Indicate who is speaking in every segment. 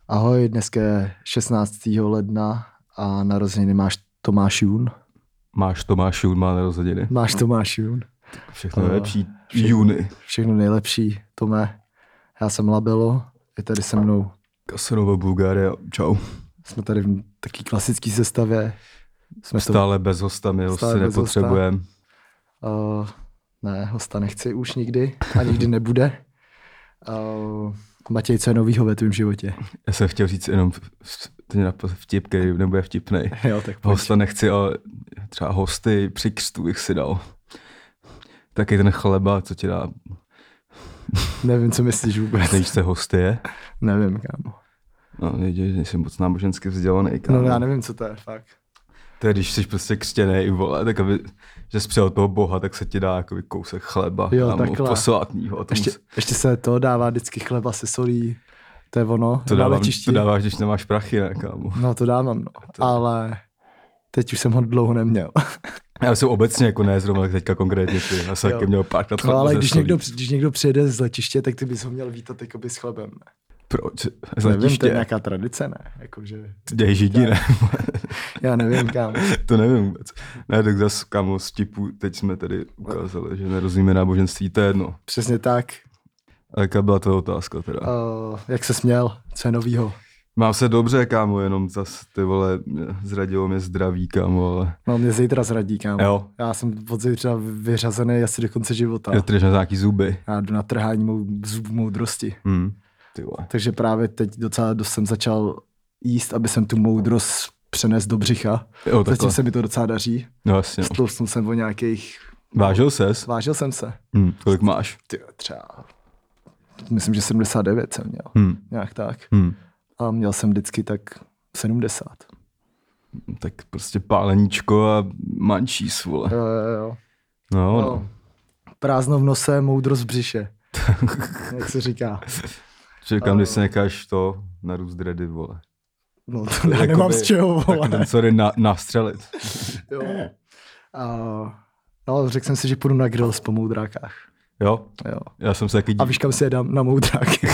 Speaker 1: Ahoj, dneska je 16. ledna a narozeniny máš Tomáš Jun.
Speaker 2: Tomáš Jun má narozeniny.
Speaker 1: Máš Tomáš Jun.
Speaker 2: Všechno nejlepší. Juny.
Speaker 1: Všechno nejlepší, Tome. Já jsem Labelo, je tady se mnou.
Speaker 2: Casanova Bulgária, čau.
Speaker 1: Jsme tady v taký klasický sestavě.
Speaker 2: Jsme stále bez hosta, my hosty nepotřebujeme.
Speaker 1: Ne, hosta nechci už nikdy a nikdy nebude. Matěj, co je novýho ve tvém životě?
Speaker 2: Já jsem chtěl říct jenom vtip, který nebude vtipnej.
Speaker 1: Jo, tak pojď.
Speaker 2: Hosta nechci, ale třeba hosty při křtu bych si dal. Taky ten chleba, co ti dá.
Speaker 1: Nevím, co myslíš vůbec.
Speaker 2: Nevíš, co hosty je?
Speaker 1: Nevím, kámo.
Speaker 2: No, nejsem moc nábožensky vzdělaný, kámo.
Speaker 1: No, já nevím, co to je, fakt.
Speaker 2: To je, když jsi prostě křtěnej, vole, tak aby, že jsi přijal toho Boha, tak se ti dá jakoby kousek chleba.
Speaker 1: Jo, takhle.
Speaker 2: Posvátnýho.
Speaker 1: Ještě se to dává vždycky chleba se solí. To je ono.
Speaker 2: To dáváš, když nemáš prachy, ne, kámo.
Speaker 1: No to dávám, no. Ale teď už jsem ho dlouho neměl.
Speaker 2: Já jsem obecně jako ne zrovna teďka konkrétně ty. Já jsem taky měl párkrát chleba.
Speaker 1: No ale když někdo přijede z letiště, tak ty bys ho měl vítat jakoby s chlebem, ne?
Speaker 2: Proč?
Speaker 1: Nevím, to je nějaká tradice, ne? Jakože...
Speaker 2: Děj židi, ne?
Speaker 1: Já nevím, kámo.
Speaker 2: To nevím vůbec. Ne, tak zase, kámo, z tipu, teď jsme tady ukázali, že nerozumíme náboženství, to je jedno.
Speaker 1: Přesně tak.
Speaker 2: A jaká byla tvoje otázka teda?
Speaker 1: Jak se směl? Co je novýho?
Speaker 2: Mám se dobře, kámo, jenom zase, ty vole, zradilo mě zdraví, kámo, ale...
Speaker 1: No, mě zítra zradí, kámo.
Speaker 2: Jo.
Speaker 1: Já jsem od zítra vyřazený asi do konce života.
Speaker 2: Já trž na nějaký zuby.
Speaker 1: Já jdu na trhání zubů moudrosti.
Speaker 2: Ty vole.
Speaker 1: Takže právě teď docela dost jsem začal jíst, aby jsem tu moudrost přenes do břicha.
Speaker 2: Jo,
Speaker 1: zatím se mi to docela daří.
Speaker 2: No jasně.
Speaker 1: Stlousnul jsem o nějakých...
Speaker 2: Vážil ses?
Speaker 1: Vážil jsem se.
Speaker 2: Kolik máš?
Speaker 1: Ty, třeba... Myslím, že 79 jsem měl. Nějak tak. A měl jsem vždycky tak 70.
Speaker 2: Tak prostě páleníčko a mančís, vole.
Speaker 1: Jo.
Speaker 2: No.
Speaker 1: Prázdno v nose, moudrost v břiše. Jak se říká.
Speaker 2: Čekám, když se necháš to na růst dready, vole.
Speaker 1: No to já nemám z čeho, vole.
Speaker 2: Tak ten sorry nastřelit.
Speaker 1: Jo. No, řekl jsem si, že půjdu na grill po moudrákách.
Speaker 2: Jo? Já jsem se taky
Speaker 1: A víš, kam si je dám? Na moudráky.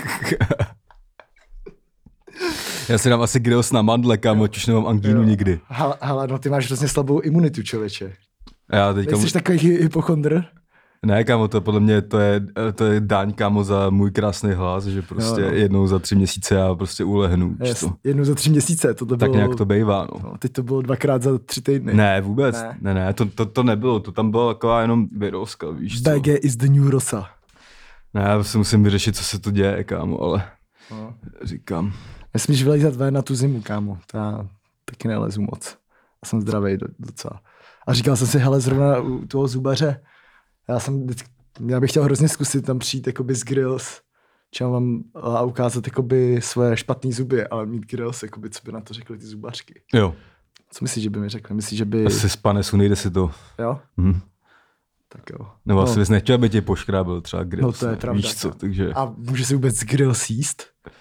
Speaker 2: Já si dám asi grill na mandle, kámo, už nemám angínu nikdy.
Speaker 1: Hele, no ty máš hrozně slabou imunitu, člověče.
Speaker 2: Já teďka...
Speaker 1: Nejsi takový hypochondr?
Speaker 2: Ne, kámo, to podle mě to je daň, kámo, za můj krásný hlas, že prostě jednou za 3 měsíce já prostě ulehnu.
Speaker 1: Jednou za 3 měsíce, to bylo...
Speaker 2: Tak nějak to bejvá, no.
Speaker 1: Teď to bylo 2krát za 3 týdny.
Speaker 2: Ne, vůbec, ne, to nebylo, to tam byla taková jenom virovska, víš co.
Speaker 1: BG is the new Rosa.
Speaker 2: Ne, já si musím vyřešit, co se to děje, kámo, ale říkám.
Speaker 1: Nesmíš vylejzat ven na tu zimu, kámo, to já taky nelezu moc. Já jsem zdravej docela. A říkal jsem si, hele, zrovna u toho zubaře, já bych chtěl hrozně zkusit tam přijít jakoby z grills, čemu vám a ukázat jakoby svoje špatný zuby, ale mít grills, jakoby, co by na to řekli ty zubařky.
Speaker 2: Jo.
Speaker 1: Co myslíš, že by mi řekli? Myslíš, že by...
Speaker 2: Asi spanesu, nejde si to.
Speaker 1: Jo? Tak jo.
Speaker 2: Nebo asi bys nechtěl, aby tě poškrábil třeba grills.
Speaker 1: No to je pravda.
Speaker 2: Víš co, takže...
Speaker 1: A může si vůbec grills jíst?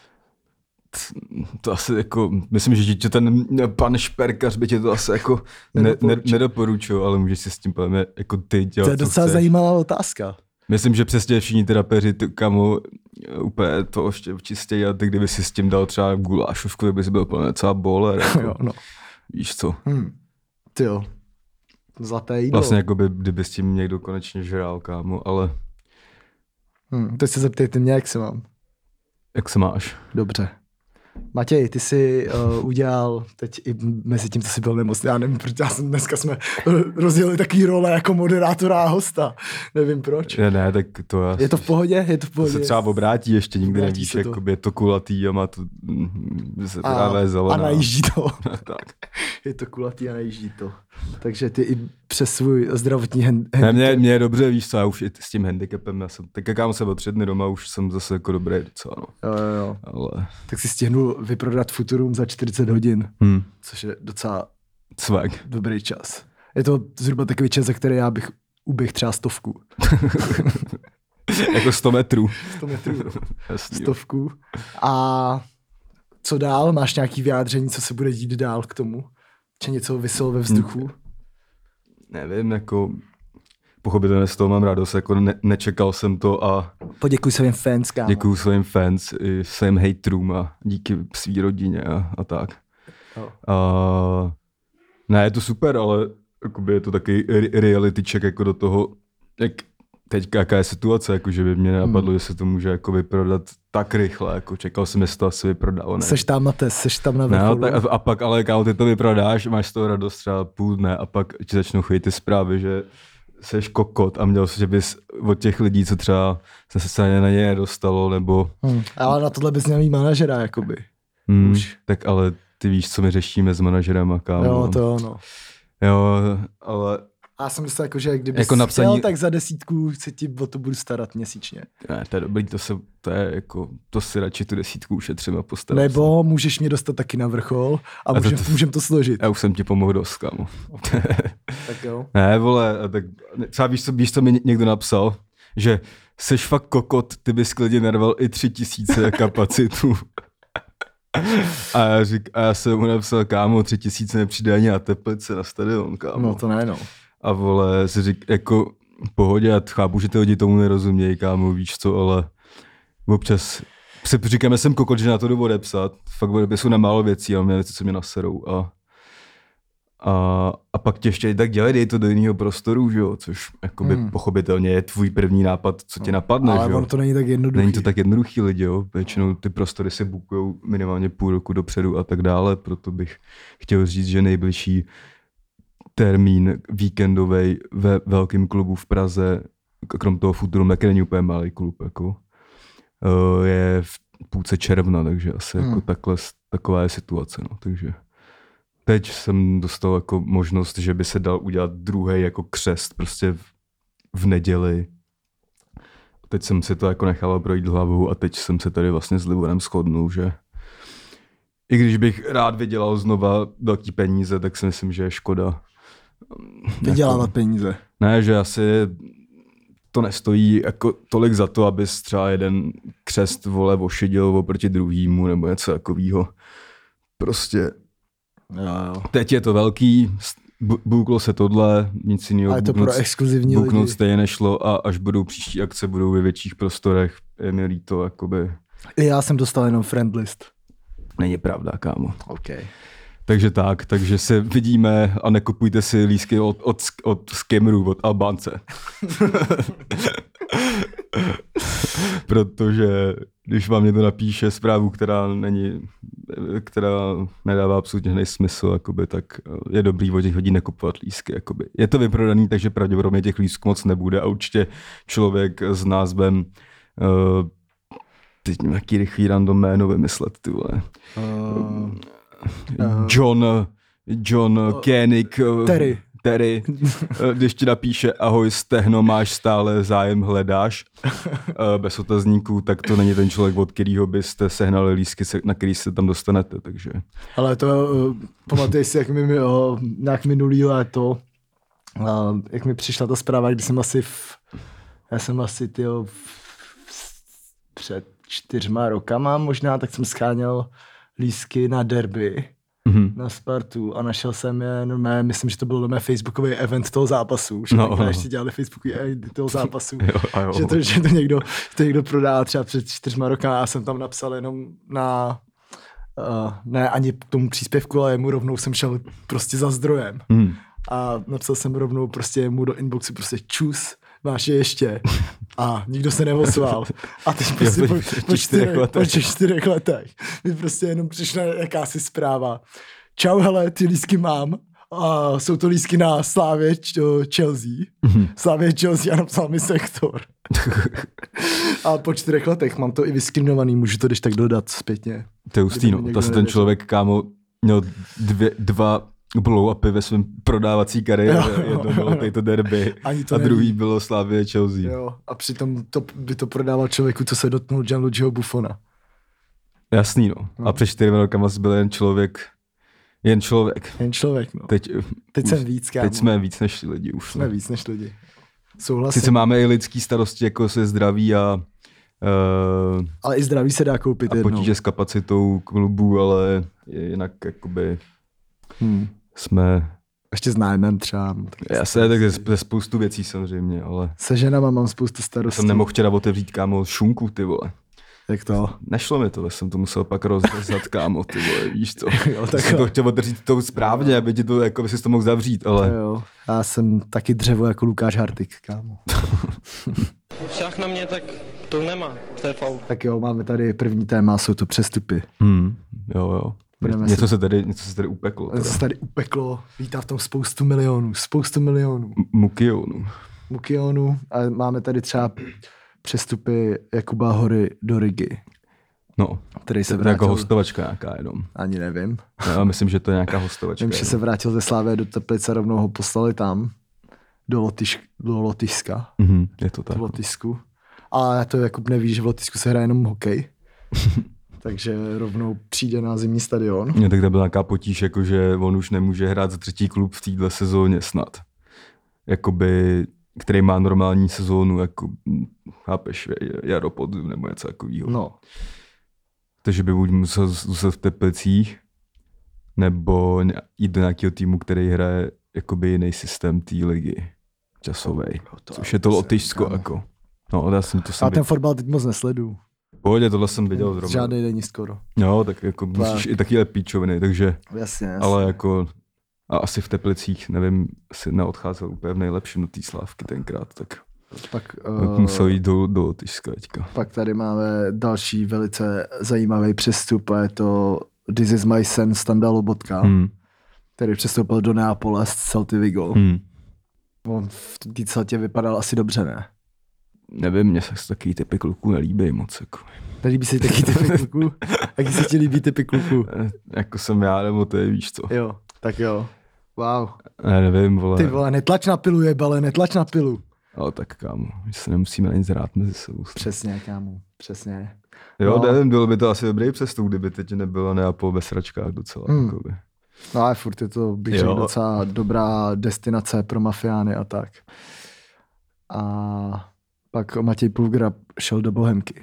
Speaker 2: To asi jako, myslím, že ten pan šperkař by tě to asi jako nedoporučil, ale můžeš si s tím jako ty dělat,
Speaker 1: to je docela zajímavá otázka.
Speaker 2: Myslím, že přesně všichni terapeři, kamu úplně to ještě čistěji a ty kdyby si s tím dal třeba gulášovku, by si byl plně celá boler. Jako,
Speaker 1: jo, no.
Speaker 2: Víš co?
Speaker 1: Ty jo. Zlaté jídlo.
Speaker 2: Vlastně jako kdyby s tím někdo konečně žral, kámo, ale...
Speaker 1: Teď se zeptejte mě, jak se mám.
Speaker 2: Jak se máš?
Speaker 1: Dobře. Matěj, ty jsi udělal teď i mezi tím, co jsi byl nemocný, já nevím, protože dneska jsme rozdělili takový role jako moderátora a hosta. Nevím proč.
Speaker 2: Ne, tak to já...
Speaker 1: Je to v pohodě?
Speaker 2: To se třeba obrátí ještě, nikdy nevíš, jakoby je to kulatý a má to...
Speaker 1: A najíždí to.
Speaker 2: Tak.
Speaker 1: Je to kulatý a najíždí to. Takže ty i přes svůj zdravotní
Speaker 2: handicap... Mně je dobře, víš co, já už i s tím handicapem, já jsem, tak jak jsem byl 3 dny doma, už jsem zase jako dobrý docela, no.
Speaker 1: Jo.
Speaker 2: Ale...
Speaker 1: Tak si stihnul vyprodat Futurum za 40 hodin, což je docela dobrý čas. Je to zhruba takový čas, za který já bych uběhl třeba 100.
Speaker 2: Jako 100 metrů.
Speaker 1: 100 metrů, Jasný, 100. A co dál? Máš nějaký vyjádření, co se bude dít dál k tomu? Či něco viselo ve vzduchu?
Speaker 2: Nevím, jako... pochopitelně z toho mám radost, jako nečekal jsem to a
Speaker 1: Poděkuj svým fans, kámo.
Speaker 2: děkuju svým fans i svým hejtrům a díky svý rodině a tak.
Speaker 1: Jo.
Speaker 2: Ne, je to super, ale jakoby je to taky reality check jako do toho, jak teďka jaká je situace, jako že by mě nenapadlo, že se to může jako vyprodat tak rychle, jako čekal jsem, jestli to asi vyprodalo.
Speaker 1: Seš tam na vrcholu.
Speaker 2: No, a pak ale kámo, ty to vyprodáš, máš z toho radost třeba půl dne a pak ti začnou chodit ty zprávy, že seš kokot a měl jsi, že bys od těch lidí, co třeba se na ně nedostalo, nebo...
Speaker 1: Ale na tohle bys měl mít manažera, jakoby. Už.
Speaker 2: Tak ale ty víš, co my řešíme s manažerem, kámo.
Speaker 1: Jo, to jo, no.
Speaker 2: Jo, ale...
Speaker 1: A já jsem myslel, jako, že kdybys
Speaker 2: jako napsaní...
Speaker 1: chtěl, tak za 10 se ti o to budu starat měsíčně.
Speaker 2: Ne, to je dobrý, to si radši tu 10 ušetřím a postarat.
Speaker 1: Nebo můžeš mě dostat taky na vrchol a můžem to složit.
Speaker 2: Já už jsem ti pomohl dost, kámo.
Speaker 1: Okay. Tak jo.
Speaker 2: Ne, vole, tak třeba víš, co mi někdo napsal? Že seš fakt kokot, ty bys klidně narval i 3000 kapacitu. A já jsem mu napsal, kámo, 3000 nepřijde ani na Teplice, na stadion, kámo.
Speaker 1: No to ne, no.
Speaker 2: A vole, si řík, jako pohodě, já chápu, že ty lidi tomu nerozumějí, kámo, víš co, ale občas si říkáme, jsem kokot, že na to jdu odepsat. Fakt jsou na málo věcí, ale mě věci, co mě naserou. A pak tě ještě tak dělej, dej to do jiného prostoru, že jo, což jakoby pochopitelně je tvůj první nápad, co tě napadne,
Speaker 1: ale
Speaker 2: že jo.
Speaker 1: Ale to není tak jednoduchý.
Speaker 2: Není to tak jednoduchý lidi, jo. Většinou ty prostory se bookujou minimálně půl roku dopředu a tak dále, proto bych chtěl říct, že nejbližší termín víkendovej ve velkém klubu v Praze, krom toho Futurum, taky není úplně malý klub, jako, je v půlce června, takže asi jako taková je situace, no, takže teď jsem dostal jako možnost, že by se dal udělat druhý jako křest prostě v neděli. Teď jsem si to jako nechal projít hlavou a teď jsem se tady vlastně s Liborem shodnul, že i když bych rád vydělal znova velký peníze, tak si myslím, že je škoda.
Speaker 1: Vydělávat peníze.
Speaker 2: Ne, že asi to nestojí jako tolik za to, abys třeba jeden křest, vole, ošidil oproti druhýmu nebo něco takového. Prostě
Speaker 1: jo.
Speaker 2: Teď je to velký, booklo se tohle, nic jiného.
Speaker 1: Ale to pro exkluzivní lidi.
Speaker 2: Stejně nešlo a až budou příští akce, budou ve větších prostorech, je mi líto, jakoby.
Speaker 1: Já jsem dostal jenom friend list.
Speaker 2: Není pravda, kámo.
Speaker 1: Okay.
Speaker 2: Takže se vidíme a nekupujte si lístky od skamerů, od Albánce. Protože když vám někdo napíše zprávu, která nedává absolutně žádný smysl, jakoby, tak je dobrý od těch lidí nekupovat lístky. Jakoby. Je to vyprodaný, takže pravděpodobně těch lístků moc nebude a určitě člověk s názvem teď nějaký rychlý random jméno vymyslet, ty vole. John Koenig. Terry, když ti napíše ahoj stehno, máš stále zájem, hledáš bez otazníků, tak to není ten člověk, od kterého byste sehnali lístky, na který se tam dostanete, takže.
Speaker 1: Ale to pamatuješ si, jak mi nějak minulý léto, jak mi přišla ta zpráva, když jsem asi před 4 rokama možná, tak jsem scháněl lístky na derby. Na Spartu a našel jsem je, myslím, že to byl mé facebookový event toho zápasu, že ještě dělali facebookový event toho zápasu, že to někdo prodá třeba před 4 roky a já jsem tam napsal jenom ne ani k tomu příspěvku, ale mu rovnou jsem šel prostě za zdrojem a napsal jsem rovnou prostě mu do inboxu prostě čus, máš je ještě. A nikdo se neozval. A teď prostě po 4 letech mi prostě jenom přišla jakási zpráva. Čau, hele, ty lístky mám. A jsou to lístky na Slávě Chelsea. Slávě Chelsea a napsal mi Sektor. A po 4 letech mám to i vyskrynovaný, můžu to když tak dodat zpětně.
Speaker 2: To je hustý, no. To se ten člověk, kámo, měl 2 blow-upy ve svém prodávací kariéře. Jedno bylo to derby a druhý bylo Slavia Chelsea.
Speaker 1: Jo, a přitom by to prodával člověku, co se dotknul Gianluigiho Buffona.
Speaker 2: Jasný, no. A před 4 rokama byl jen člověk,
Speaker 1: no.
Speaker 2: Teď
Speaker 1: jsem víc, kámo.
Speaker 2: Teď jsme víc než lidi už.
Speaker 1: Jsme víc než lidi. Souhlasím.
Speaker 2: Sice máme i lidský starosti, jako se zdraví
Speaker 1: ale i zdraví se dá koupit
Speaker 2: a potíže s kapacitou klubu, ale jinak jakoby jsme
Speaker 1: Ještě s nájmem třeba.
Speaker 2: Já se tak ze spoustu věcí samozřejmě, ale
Speaker 1: Se ženama mám spoustu
Speaker 2: já
Speaker 1: starostí.
Speaker 2: jsem nemohl včera otevřít, kámo, šunku, ty vole.
Speaker 1: Jak to?
Speaker 2: Nešlo mi to, já jsem to musel pak rozřezat, kámo, ty vole, víš co.
Speaker 1: Jo,
Speaker 2: Tak jsem to chtěl otevřít to správně, aby ti to, jako by jsi to mohl zavřít, ale
Speaker 1: Jo. Já jsem taky dřevo jako Lukáš Hartik, kámo.
Speaker 3: Však na mě, tak to nemá, to je faul.
Speaker 1: Tak jo, máme tady první téma, jsou to přestupy.
Speaker 2: jo.
Speaker 1: Budeme
Speaker 2: Něco se tady upeklo.
Speaker 1: To se tady upeklo, vítá v tom spoustu milionů. Mukionů. A máme tady třeba přestupy Jakuba Hory do Rigy,
Speaker 2: No,
Speaker 1: který se
Speaker 2: to je
Speaker 1: vrátil.
Speaker 2: jako hostovačka nějaká jenom.
Speaker 1: Ani nevím.
Speaker 2: Já myslím, že to je nějaká hostovačka.
Speaker 1: Vím, že se vrátil ze Slávy do Teplice, rovnou ho poslali tam, do Lotyšska,
Speaker 2: Je to tak.
Speaker 1: v Lotyšsku. A to Jakub neví, že v Lotyšsku se hraje jenom hokej. Takže rovnou přijde na zimní stadion.
Speaker 2: No, tak to byla nějaká potíž, jako že on už nemůže hrát za třetí klub v této sezóně snad. Jakoby, který má normální sezónu, jako, chápeš, jaro podzim nebo něco takového.
Speaker 1: No,
Speaker 2: Takže by buď musel zůstat v Teplicích, nebo jít do nějakého týmu, který hraje jakoby jiný systém té ligy časovej. Což je to Lotyšsko, jako. No, já jsem to
Speaker 1: a ten fotbal teď moc nesleduju.
Speaker 2: Pohodě, tohle jsem viděl zrovna.
Speaker 1: Žádnej není skoro.
Speaker 2: Jo, tak jako musíš i takovýhle píčoviny, takže,
Speaker 1: Jasně.
Speaker 2: ale jako, a asi v Teplicích, nevím, si neodcházel úplně v nejlepším do té Slávky tenkrát, tak
Speaker 1: Pak,
Speaker 2: musel jít do Lotyšska teďka.
Speaker 1: pak tady máme další velice zajímavý přestup a je to This is my son Standa Lobotka, který přestoupil do Neapole z Celty Vigo. On v té Celtě vypadal asi dobře, ne?
Speaker 2: Nevím, mně se takový typy kluků nelíbí moc. Jako.
Speaker 1: Nelíbí se taky typy kluků? Jaký se ti líbí typy kluků?
Speaker 2: Jako jsem já, nebo to je, víš co.
Speaker 1: Jo, tak jo. Wow.
Speaker 2: Ne, nevím, vole.
Speaker 1: Ty vole, netlač na pilu, jebale, netlač na pilu.
Speaker 2: Ale tak kámo, my se nemusíme na nic hrát mezi sebou.
Speaker 1: Přesně, kámo, přesně.
Speaker 2: Jo,
Speaker 1: No.
Speaker 2: nevím, bylo by to asi dobrý přestup, kdyby teď nebylo Neapol ve sračkách docela. Jakoby.
Speaker 1: No ale furt je to, bych řekl, docela dobrá destinace pro mafiány a tak. A pak Matěj Pulgra šel do Bohemky.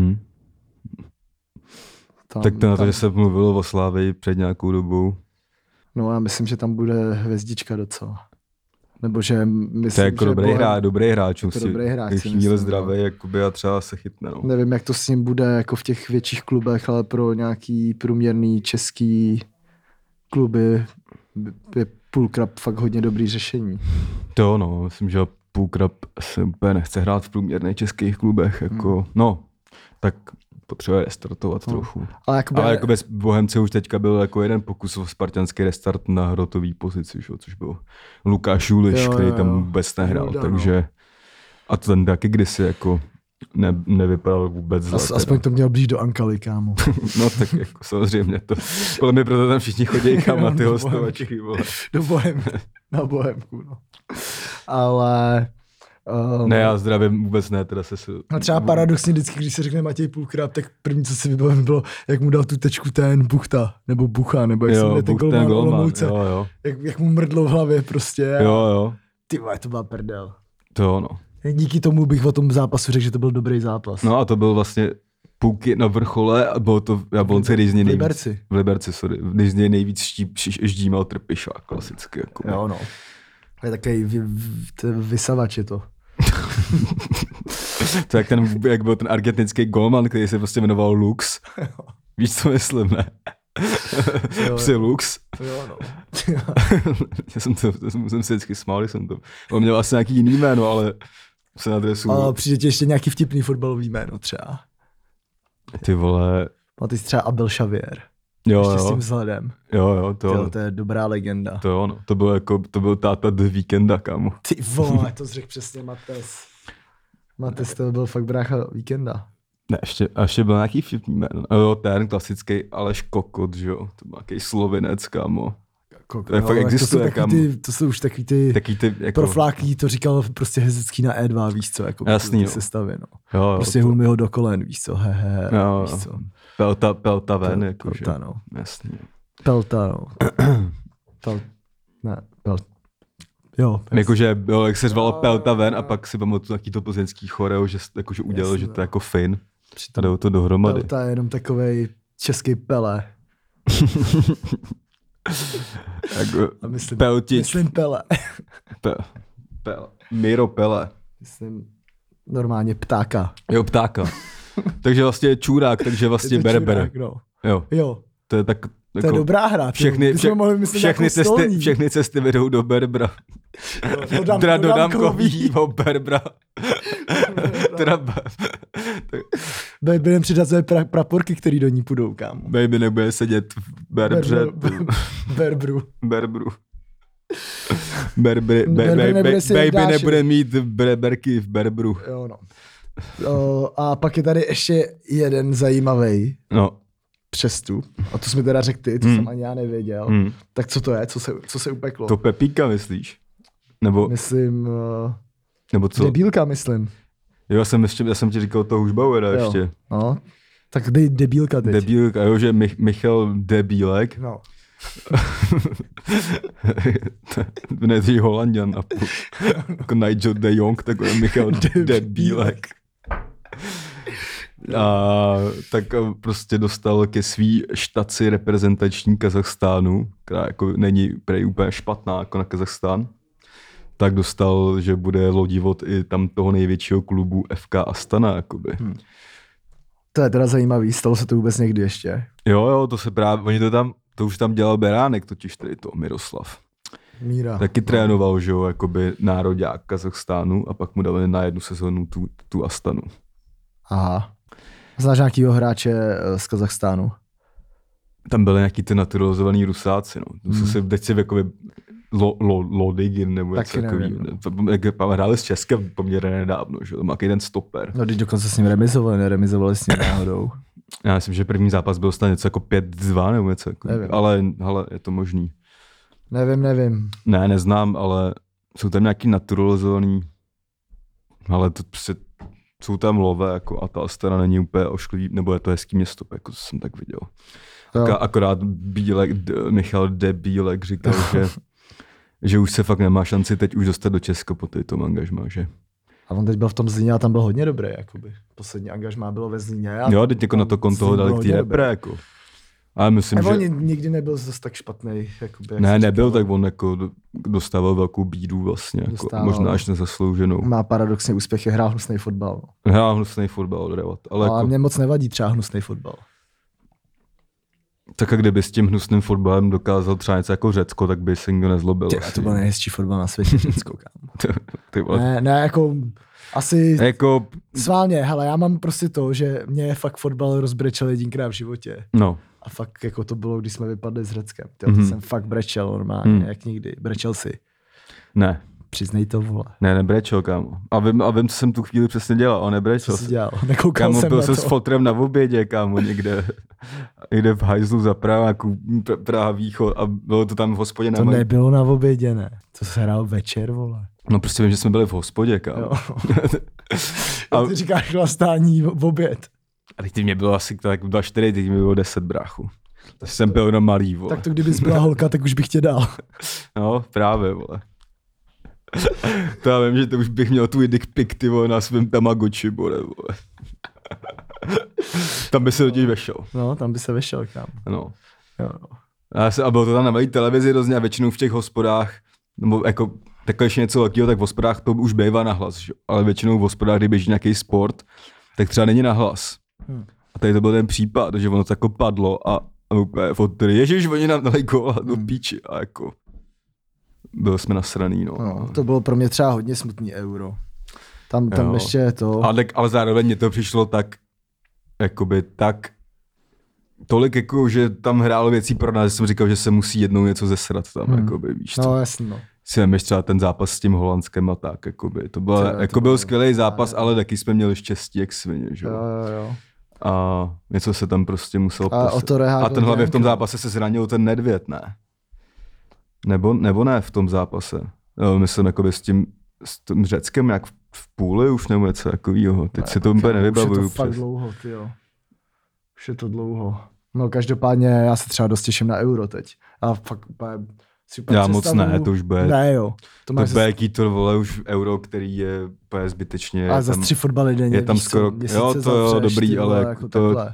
Speaker 2: Tak to na to, že se mluvilo o Slávii před nějakou dobou.
Speaker 1: No já myslím, že tam bude hvězdička docela. Nebo že myslím,
Speaker 2: To je jako
Speaker 1: že
Speaker 2: dobrý hráč,
Speaker 1: to dobrý hráč, si
Speaker 2: chvíli
Speaker 1: myslím,
Speaker 2: zdravý, jakoby, a třeba se chytne. No.
Speaker 1: nevím, jak to s ním bude jako v těch větších klubech, ale pro nějaký průměrný český kluby je Pulkrab fakt hodně dobrý řešení.
Speaker 2: To no, myslím, že Pulkrab se úplně nechce hrát v průměrných českých klubech. Jako, no, tak potřebuje restartovat trochu.
Speaker 1: Ale
Speaker 2: jakoby z Bohemce už teďka byl jako jeden pokus o spartanský restart na hrotový pozici, že? Což byl Lukáš Juliš, který tam vůbec nehrál,
Speaker 1: Juda,
Speaker 2: takže a to ten taky kdysi jako nevypadal vůbec zle.
Speaker 1: Aspoň to měl blíž do Ankaly, kámo.
Speaker 2: No tak jako samozřejmě to. Podle mě proto tam všichni chodí kam na ty hostovačky.
Speaker 1: Do Bohemky. Na Bohemku, no. Ale...
Speaker 2: Ne, já zdravím vůbec ne, teda se...
Speaker 1: A třeba paradoxně vždycky, když se řekne Matěj Pulkrab, tak první, co si vybavím, bylo, jak mu dal tu tečku ten Buchta, nebo Bucha, nebo jak se jmenuje ten golman Olomouce. Jak mu mrdlo v hlavě prostě.
Speaker 2: Jo.
Speaker 1: Ty vole, to byla prdel.
Speaker 2: To jo, no.
Speaker 1: Díky tomu bych o tom zápasu řekl, že to byl dobrý zápas.
Speaker 2: No a to byl vlastně půlky na vrchole a bylo to Jablonce, když z něj nejvíc... V Liberci, sorry. Když z něj nejvíc ždímal Trpišák, klasicky. Jako.
Speaker 1: Jo, no. To je takový vysavač je to.
Speaker 2: To jak byl ten argentinský golman, který se prostě jmenoval Lux. Víš, co myslím, ne? Psi Lux.
Speaker 1: Jo, no.
Speaker 2: Já jsem se vždycky smál, jsem to. On měl asi nějaký jiný jméno, ale se na adresu...
Speaker 1: Ale přijde ti ještě nějaký vtipný fotbalový jméno třeba.
Speaker 2: Ty vole...
Speaker 1: Máte třeba Abel Xavier.
Speaker 2: Jo,
Speaker 1: ještě s tím vzhledem.
Speaker 2: Jo,
Speaker 1: to je dobrá legenda.
Speaker 2: To jo, no. To byl táta The Weekenda, kámo.
Speaker 1: Ty vole, to řekl přesně Mates. Mates, to byl fakt brácha Víkenda.
Speaker 2: Ne, ještě byl nějaký vtipný jméno. Jo, ten klasický Aleš Kokot, že jo. To byl nějaký Slovinec, kámo. To je fakt existuje, kámo.
Speaker 1: To jsou už takový ty jako... profláky, to říkal prostě Hezecký na E2, víš co, jako
Speaker 2: jasný,
Speaker 1: ty sestavy, no.
Speaker 2: Jo,
Speaker 1: prostě hul mi ho do kolen, víš co,
Speaker 2: jo,
Speaker 1: víš co.
Speaker 2: Pelta ven, jakože.
Speaker 1: Pelta, no.
Speaker 2: Jasný.
Speaker 1: Pelta, no. Jo.
Speaker 2: Jakože, jak se řvalo Pelta ven a pak si pamatuju nějaký to plzeňský choreo, že jakože udělal, že to je jako fin. A dalo to dohromady.
Speaker 1: Pelta je jenom takovej český Pele.
Speaker 2: Jako,
Speaker 1: A myslím Pele.
Speaker 2: Miro Pele.
Speaker 1: Myslím normálně ptáka.
Speaker 2: Jo, ptáka. Takže vlastně čurák, takže vlastně
Speaker 1: Je to
Speaker 2: Berber.
Speaker 1: čurák, no.
Speaker 2: Jo. To je tak...
Speaker 1: To je dobrá hra.
Speaker 2: Všechny cesty vedou do Berbra. Dodamkový o Berbra.
Speaker 1: Budeme přidat své praporky, který do ní půjdou, kámo.
Speaker 2: Baby nebude sedět v Berbře.
Speaker 1: Berbru.
Speaker 2: Baby nebude mít berberky v Berbru.
Speaker 1: Jo, no. A pak je tady ještě jeden zajímavý přestup. A to jsi mi teda řekl ty, to jsem ani já nevěděl. Tak co to je? Co se upeklo?
Speaker 2: To Pepíka myslíš? Nebo...
Speaker 1: Myslím...
Speaker 2: Nebo co?
Speaker 1: Debílka, myslím.
Speaker 2: Jo, já jsem ti říkal toho Hušbauera ještě.
Speaker 1: No, tak dej Debílka teď.
Speaker 2: Debílka, jo, že Michal Debílek.
Speaker 1: No.
Speaker 2: Ne, ty Holanďan a půl. Jako Nigel de Jong, takový Michal Debílek. A tak prostě dostal ke svý štaci reprezentační Kazachstánu, která jako není prej úplně špatná jako na Kazachstán. Tak dostal, že bude lodivod i tam toho největšího klubu FK Astana, jakoby.
Speaker 1: To je teda zajímavý, stalo se to vůbec někdy ještě?
Speaker 2: Jo, to se právě, to už tam dělal Beránek, totiž tady to, Miroslav.
Speaker 1: Míra.
Speaker 2: Taky trénoval, že jo, jakoby nároďák Kazachstánu a pak mu dali na jednu sezonu tu Astanu.
Speaker 1: Aha. Znáš nějakýho hráče z Kazachstánu?
Speaker 2: Tam byly nějaký ty naturalizovaný Rusáci, no. Teď si jakoby Lodigin nebo něco takový. Hráli s Českem poměrně nedávno, že to má jeden stoper.
Speaker 1: No, když dokonce s ním neremizovali s ním náhodou.
Speaker 2: Já myslím, že první zápas byl snad něco jako 5-2 nebo něco. Ale je to možný.
Speaker 1: Nevím.
Speaker 2: Ne, neznám, ale jsou tam nějaký naturalizovaný, ale to prostě jsou tam lové jako, a ta Astana není úplně ošklivý, nebo je to hezký město, jako jsem tak viděl. Akorát Michal Debílek říkal, že už se fakt nemá šanci teď už dostat do Česka po této angažmá, že?
Speaker 1: A on teď byl v tom Zlíně a tam byl hodně dobrý, jakoby. Poslední angažmá bylo ve Zlíně.
Speaker 2: Jo, teď jako na to konto ho dali k té repre, jako. Ale myslím,
Speaker 1: že... nikdy nebyl zase tak špatný, jakoby.
Speaker 2: Ne, nebyl, tak on jako dostával velkou bídu vlastně, jako, možná až nezaslouženou.
Speaker 1: Má paradoxně úspěchy, hrál hnusný fotbal.
Speaker 2: Hrál hnusný fotbal,
Speaker 1: ale jako... mě moc nevadí třeba hnusný fotbal.
Speaker 2: Tak a kdyby s tím hnusným fotbalem dokázal třeba něco jako Řecko, tak by se nikdo nezlobil.
Speaker 1: To byl nejhezčí fotbal na světě, Řecko, kámo. Ne, jako asi
Speaker 2: jako...
Speaker 1: sválně, hele, já mám prostě to, že mě fakt fotbal rozbrečel jedinkrát v životě.
Speaker 2: No.
Speaker 1: A fakt jako to bylo, když jsme vypadli s Řeckem. To jsem fakt brečel normálně, jak nikdy. Brečel si.
Speaker 2: Ne.
Speaker 1: Přiznej to, vole.
Speaker 2: Ne, nebrečel, kámo. A vím, co jsem tu chvíli přesně dělal, a nebrečel.
Speaker 1: Co jsi dělal? Nekoukal
Speaker 2: kámo,
Speaker 1: jsem
Speaker 2: byl
Speaker 1: na
Speaker 2: jsem
Speaker 1: to.
Speaker 2: S fotrem na obědě, kámo, někde v hajzlu za Prahu, Praha východ a bylo to tam v hospodě.
Speaker 1: To nebylo na obědě, ne. To se hrál večer, vole.
Speaker 2: No prostě vím, že jsme byli v hospodě, kámo.
Speaker 1: A ty říkáš vlastání v oběd.
Speaker 2: A teď mě bylo asi tak 2-4, teď mi bylo 10, bráchu. Takže jsem byl jenom malý, vole.
Speaker 1: Tak to kdybys byla holka, tak už bych tě dal.
Speaker 2: No, právě, vole. To já vím, že to už bych měl tvůj dick pic, ty vole, na svém Tamagotchi, vole. Tam by se totiž vešel.
Speaker 1: No, tam by se vešel, kam.
Speaker 2: No.
Speaker 1: Jo.
Speaker 2: A bylo to tam na malý televizi rozně a většinou v těch hospodách, nebo jako takhle ještě něco velkého, tak v hospodách to už bývá nahlas, že? Ale většinou v hospodách, kdy běží nějaký sport, tak třeba není nahlas. A tady to byl ten případ, že ono tako padlo a úplně fotry, ježiš, oni nám dali góla do píči a jako byli jsme nasraný, no.
Speaker 1: To bylo pro mě třeba hodně smutný Euro. Tam ještě to...
Speaker 2: Ale zároveň mě to přišlo tak, jakoby tak, tolik jako, že tam hrálo věcí pro nás, že jsem říkal, že se musí jednou něco zesrat tam, jakoby, víš co.
Speaker 1: No jasně, no.
Speaker 2: Si vemeš třeba ten zápas s tím Holandskem a tak, jakoby. To byl skvělý zápas, ale taky jsme měli štěstí jak svině, že
Speaker 1: jo.
Speaker 2: A něco se tam prostě muselo
Speaker 1: a
Speaker 2: ten hlavně v tom zápase se zranil ten Nedvěd, ne? Nebo ne v tom zápase. Jo, myslím, jakoby s tím Řeckem jak v půli už nebo něco takovýho. Teď si to úplně nevybavuju.
Speaker 1: Už je to fakt dlouho, tyjo. Už je to dlouho. No každopádně já se třeba dost těším na Euro teď. A fakt úplně si úplně
Speaker 2: já moc ne, to už bude.
Speaker 1: Ne jo.
Speaker 2: To bude jaký to vole už Euro, který je úplně zbytečně.
Speaker 1: Ale za 3 fotbaly denně.
Speaker 2: Je tam skoro, jo, to jo, dobrý, ale
Speaker 1: jako
Speaker 2: to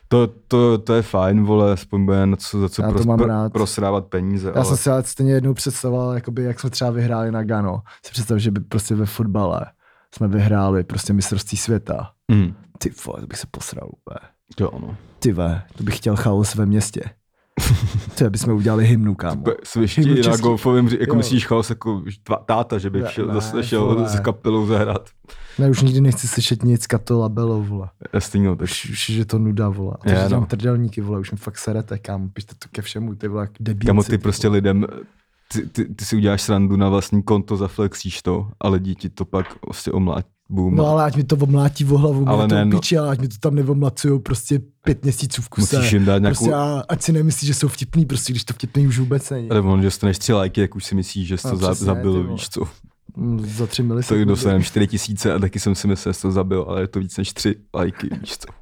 Speaker 2: To je fajn, vole, aspoň bude na co, za co
Speaker 1: Já to mám rád.
Speaker 2: prosrávat peníze.
Speaker 1: Já jsem si ale stejně jednou představoval, jakoby, jak jsme třeba vyhráli na Gano. Si představ, že by prostě ve fotbale jsme vyhráli prostě mistrovství světa. Ty vole, to bych se posral úplně.
Speaker 2: Jo, no.
Speaker 1: Ty to bych chtěl chaos ve městě. To bychom udělali hymnu, kámo.
Speaker 2: Svišti na golfovém, jako myslíš chaos jako táta, že by šel s kapelou zahrát.
Speaker 1: Ne, už nikdy nechci slyšet nic Kato Labelo, vole.
Speaker 2: Jasně, tak.
Speaker 1: Už je to nuda, vole. A to, že dělám trdelníky, vole, už mi fakt serete, kámo. Pište to ke všemu, ty vole, jak debílci.
Speaker 2: Kámo, ty prostě lidem, ty si uděláš srandu na vlastní konto, zaflexíš to, ale ti to pak prostě omlátí. Boom.
Speaker 1: No ale ať mi to omlátí o hlavu,
Speaker 2: ale
Speaker 1: mě to piči, ale ať mi to tam neomlacujou prostě 5 měsíců v kuse.
Speaker 2: Musíš jim dát nějakou...
Speaker 1: Prostě ať si nemyslí, že jsou vtipný, prostě když to vtipný už vůbec není.
Speaker 2: Ale on, že dostaneš 3 lajky, jak už si myslíš, že jsi to zabil, víš co.
Speaker 1: Za 3 milisekundy.
Speaker 2: To dostanem 4 000 a taky jsem si myslel, že jsi to zabil, ale je to víc než 3 lajky, víš co.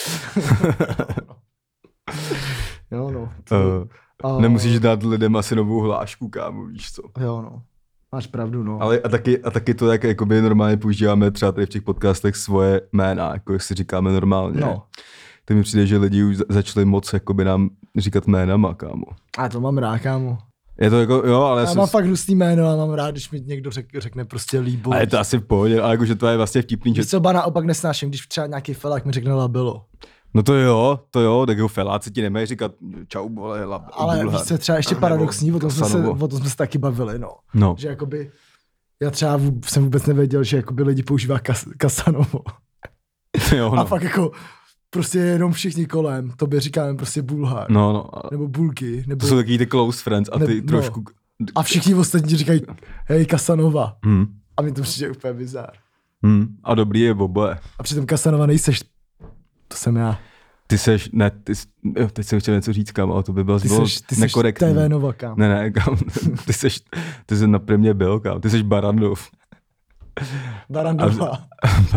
Speaker 1: Jo no.
Speaker 2: Nemusíš dát lidem asi novou hlášku, kámo, víš co.
Speaker 1: Jo no. Máš pravdu, no.
Speaker 2: Ale a taky to, jak jakoby normálně používáme třeba tady v těch podcastech svoje jména, jako jak si říkáme normálně.
Speaker 1: No.
Speaker 2: To mi přijde, že lidi už začali moc jakoby nám říkat jménama, kámo.
Speaker 1: A to mám rád, kámo.
Speaker 2: Je to jako, jo, ale...
Speaker 1: Já mám fakt hnusný jméno a mám rád, když mi někdo řekne prostě Líbo.
Speaker 2: A je to asi v pohodě, ale jakože to je vlastně vtipný, že...
Speaker 1: Víš co, naopak nesnáším, když třeba nějaký felák mi řekne Labelo.
Speaker 2: No to jo, tak jo, feláci ti nemají říkat čau, vole,
Speaker 1: ale víš co, třeba ještě paradoxní, o tom jsme se taky bavili, no. Že jakoby, já třeba jsem vůbec nevěděl, že jakoby lidi používá Kasanovo.
Speaker 2: Jo, no.
Speaker 1: A fakt jako, prostě jenom všichni kolem, tobě říkáme prostě Bulhar.
Speaker 2: No.
Speaker 1: Nebo Bulky. Nebo,
Speaker 2: to jsou taky ty close friends a ty trošku...
Speaker 1: A všichni ostatní říkají, hej, Kasanova. A mi to přijde úplně bizár.
Speaker 2: A dobrý je oboje.
Speaker 1: A přitom Kasanova nejseš, to jsem já.
Speaker 2: Ty seš, ne, teď jsem chtěl něco říct, kam, ale to by bylo nekorektní.
Speaker 1: Ty seš TV Nova, kam.
Speaker 2: Ne, kam, ty jsi na primě byl, kam, ty seš Barandov.
Speaker 1: Barandova.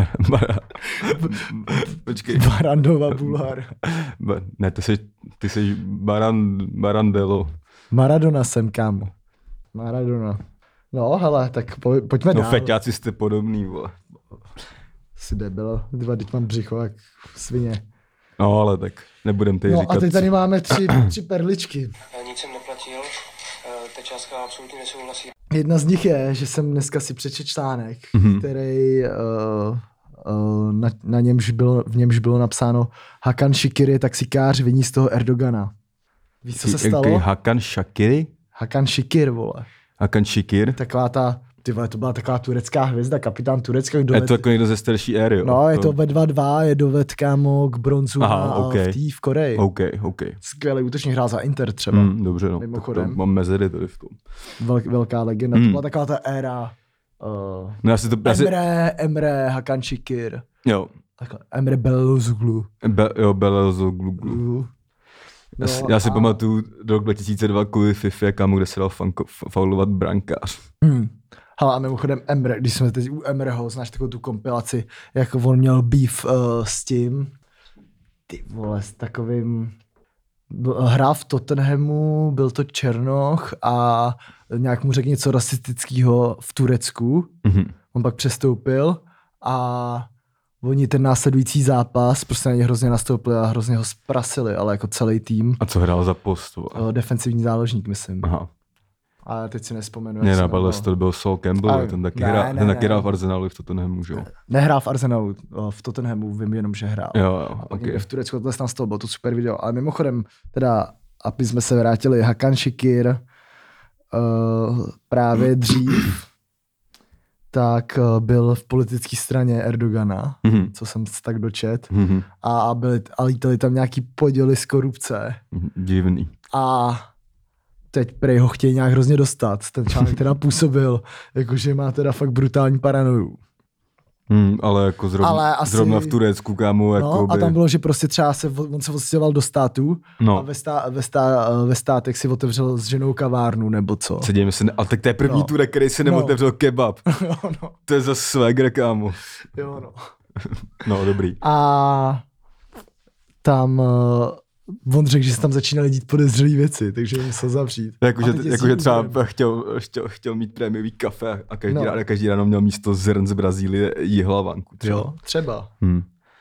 Speaker 2: Počkej.
Speaker 1: Barandova Bulhar.
Speaker 2: Ne, ty jsi Barandelo.
Speaker 1: Maradona jsem, kámo. Maradona. No, hele, tak pojďme dál.
Speaker 2: No, feťáci jste podobný, vole.
Speaker 1: Jsi debil, teď mám břicho jak svině.
Speaker 2: No, ale tak nebudem tady říkat.
Speaker 1: No a teď tady máme 3 perličky.
Speaker 3: Nic jsem neplatil, ta částka absolutně nesouhlasí.
Speaker 1: Jedna z nich je, že jsem dneska si přečetl článek, který v němž bylo napsáno Hakan Şikir je taxikář, viní z toho Erdogana. Víš, co se stalo?
Speaker 2: Hakan Şakiri?
Speaker 1: Hakan Şikir, vole.
Speaker 2: Hakan Şikir?
Speaker 1: Taková to byla taková turecká hvězda, kapitán Turecka.
Speaker 2: Je to jako někdo ze starší éry, jo?
Speaker 1: No, je to ve 2-2, je doved, kámo, k bronzu v Koreji.
Speaker 2: OK.
Speaker 1: Skvělý útočník, hrál za Inter třeba.
Speaker 2: Dobře, no.
Speaker 1: Mimochodem.
Speaker 2: Mám mezery tady v tom.
Speaker 1: Velká legenda, to byla taková ta éra. Emre Hakan Şikir.
Speaker 2: Jo.
Speaker 1: Emre Belozoglu.
Speaker 2: Belozoglu. Já si pamatuju rok 2002 kvůli FIFA, kámo, kde se dal faulovat brankář.
Speaker 1: Hele, a mimochodem Emre, když jsme teď u Emreho, znáš takovou tu kompilaci, jak on měl beef s tím, ty vole, s takovým, hrál v Tottenhamu, byl to Černoch a nějak mu řekl něco rasistického v Turecku. On pak přestoupil a oni ten následující zápas prostě na ně hrozně nastoupili a hrozně ho sprasili, ale jako celý tým.
Speaker 2: A co hrál za post?
Speaker 1: Defensivní záložník, myslím.
Speaker 2: Aha.
Speaker 1: A teď si nespomenu.
Speaker 2: Mě napadlo, že to byl Sol Campbell, ten taky hrál v Arsenalu, v Tottenhamu, že jo?
Speaker 1: Nehrál v Arsenalu, v Tottenhamu, vím jenom, že hrál.
Speaker 2: Jo,
Speaker 1: a pak v Turecku tohle tam stalo, bylo to super video. Ale mimochodem, teda, aby jsme se vrátili, Hakan Şikir právě dřív tak byl v politické straně Erdogana, co jsem tak dočet, a lítali tam nějaký poděly z korupce.
Speaker 2: Divný.
Speaker 1: A teď prej ho chtějí nějak hrozně dostat. Ten článek teda působil, jakože má teda fakt brutální paranoju.
Speaker 2: Ale jako zrovna v Turecku, kámo.
Speaker 1: No, a tam bylo, že prostě třeba on se odstěhoval do státu a ve státech si otevřel s ženou kavárnu, nebo co.
Speaker 2: Sedíme si, ale tak to je první Turek, který si neotevřel kebab.
Speaker 1: No.
Speaker 2: To je zase swagger, kámo.
Speaker 1: Jo, no.
Speaker 2: No, dobrý.
Speaker 1: A tam on řekl, že se tam začínaly dít podezřelý věci, takže musel zavřít.
Speaker 2: Jakože třeba chtěl mít prémiový kafe a každý ráno měl místo zrn z Brazílie jí hlavanku.
Speaker 1: Jo, třeba.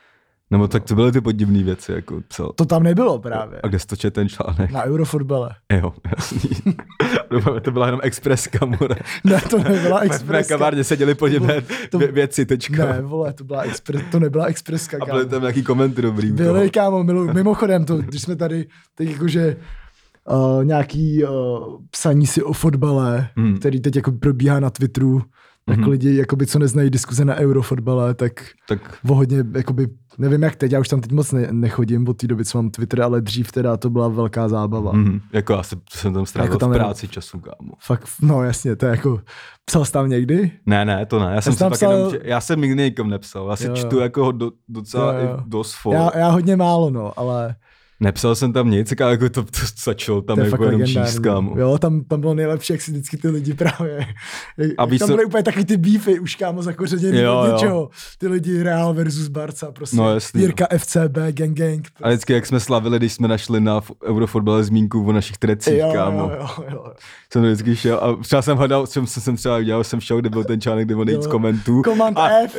Speaker 2: Nebo tak to byly ty podivné věci, jako psal.
Speaker 1: To tam nebylo právě.
Speaker 2: A kde jsi to četl ten článek?
Speaker 1: Na Eurofotbale.
Speaker 2: Jo, jasný. To byla jenom expreska, more.
Speaker 1: Ne, to nebyla
Speaker 2: V mé
Speaker 1: expreska.
Speaker 2: kavárně seděli podivné věci, tečka.
Speaker 1: Ne, vole, to nebyla expreska,
Speaker 2: A
Speaker 1: kámo.
Speaker 2: byly tam nějaký komenty dobrý.
Speaker 1: Byli, kámo, mimochodem, když jsme tady, teď jakože nějaký psaní si o fotbale, který teď jako probíhá na Twitteru, jako lidi, jakoby, co neznají diskuze na Eurofotbale, tak hodně, jakoby, nevím jak teď, já už tam teď moc nechodím od té doby, co mám Twitter, ale dřív teda to byla velká zábava.
Speaker 2: Jako já jsem tam strávil
Speaker 1: jako tam
Speaker 2: v práci času, kámo.
Speaker 1: Fakt, no jasně, to je jako, psal jsi tam někdy?
Speaker 2: Ne, to ne, já jsem nikdy nikam nepsal, já si čtu jako docela i dost for.
Speaker 1: Já hodně málo, no, ale...
Speaker 2: Nepsal jsem tam nic, jako to začalo tam jako jenom číst, kámo.
Speaker 1: Jo, tam bylo nejlepší, jak si vždycky ty lidi právě, tam byly úplně takový ty beefy, už kámo zakořeněný od něčeho. Ty lidi Real versus Barca, prostě.
Speaker 2: No, jasný,
Speaker 1: Jirka FCB, gang. Prostě.
Speaker 2: A vždycky, jak jsme slavili, když jsme našli na Eurofotbale zmínku o našich trecích, kámo.
Speaker 1: Jo.
Speaker 2: Jsem to vždycky šel a třeba jsem hledal, jsem třeba udělal, jsem šel, kde byl ten článek, kde on z komentů.
Speaker 1: Command F.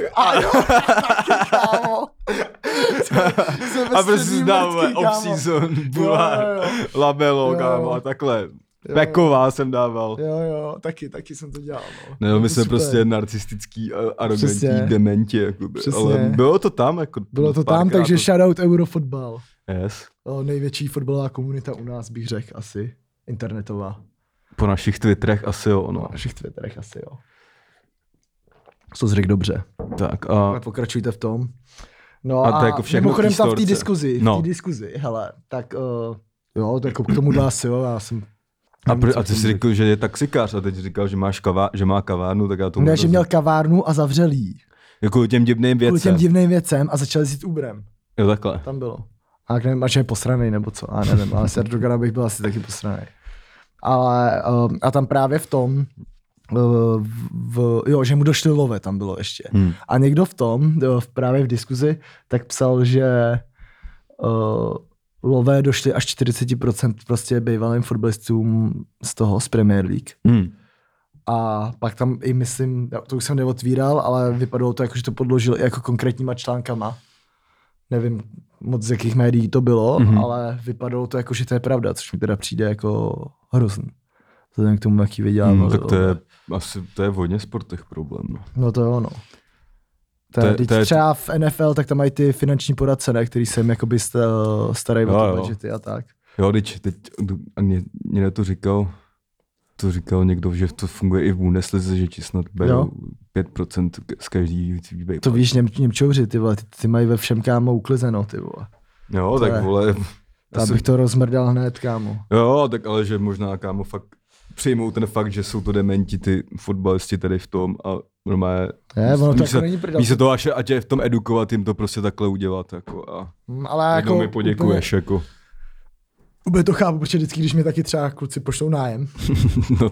Speaker 1: Kámo.
Speaker 2: A prostě dával off-season, Bulár, Labelo, kámo, a takhle. Peková jsem dával.
Speaker 1: Jo, taky jsem to dělal. No.
Speaker 2: No, my jsme prostě narcistický, arrogantní dementi, jakoby. Ale bylo to tam. Jako
Speaker 1: bylo to tam, takže shoutout Eurofotbal.
Speaker 2: Yes.
Speaker 1: Největší fotbalová komunita u nás, bych řekl, asi. Internetová.
Speaker 2: Po našich Twitterech asi jo, no.
Speaker 1: Po našich Twitterech asi jo. To řekl dobře.
Speaker 2: Tak a...
Speaker 1: Pokračujte v tom. No
Speaker 2: a to jako
Speaker 1: mimochodem tam v té diskuzi, hele, tak jo, to jako k tomu dá si, jo, já jsem...
Speaker 2: A ty jsi řekl, že je taxikář a teď říkal, že má kavárnu, tak já to...
Speaker 1: Ne, že měl kavárnu a zavřel jí.
Speaker 2: Jako těm divným věcem.
Speaker 1: Kvůli těm divným věcem a začal jezdit Uberem.
Speaker 2: Jo, takhle.
Speaker 1: Tam bylo. A nevím, až je posranej nebo co, a nevím, ale s Erdogana bych byl asi taky posranej. Ale a tam právě v tom, jo, že mu došly love, tam bylo ještě. A někdo v tom, právě v diskuzi, tak psal, že lové došly až 40% prostě bývalým fotbalistům z Premier League. A pak tam i myslím, to už jsem neotvíral, ale vypadalo to jako, že to podložil i jako konkrétníma článkama. Nevím moc z jakých médií to bylo, ale vypadalo to jako, že to je pravda, což mi teda přijde jako hrozný. Vzhledem k tomu, jaký vydělával.
Speaker 2: Tak to je v hodně sportech problém. No
Speaker 1: to jo, no. Třeba v NFL, tak tam mají ty finanční poradce, ne, který se jim jakoby starají o ty budžety a tak.
Speaker 2: Jo, teď někdo to říkal někdo, že to funguje i v Bundeslize, že ti snad berou 5% z každý výbej.
Speaker 1: To víš, Němčouři, ty vole, ty mají ve všem, kámo, uklizeno, ty vole.
Speaker 2: Jo, tak vole.
Speaker 1: Já bych to rozmrdal hned, kámo.
Speaker 2: Jo, tak ale že možná, kámo, fakt přijmou ten fakt, že jsou to dementi, ty fotbalisti tady v tom a normálně místo toho, ať je v tom edukovat, jim to prostě takhle udělat, jako a
Speaker 1: ale jako
Speaker 2: mi poděkuješ, úplně, jako.
Speaker 1: Úplně to chápu, protože vždycky, když mi taky třeba kluci pošlou nájem.
Speaker 2: No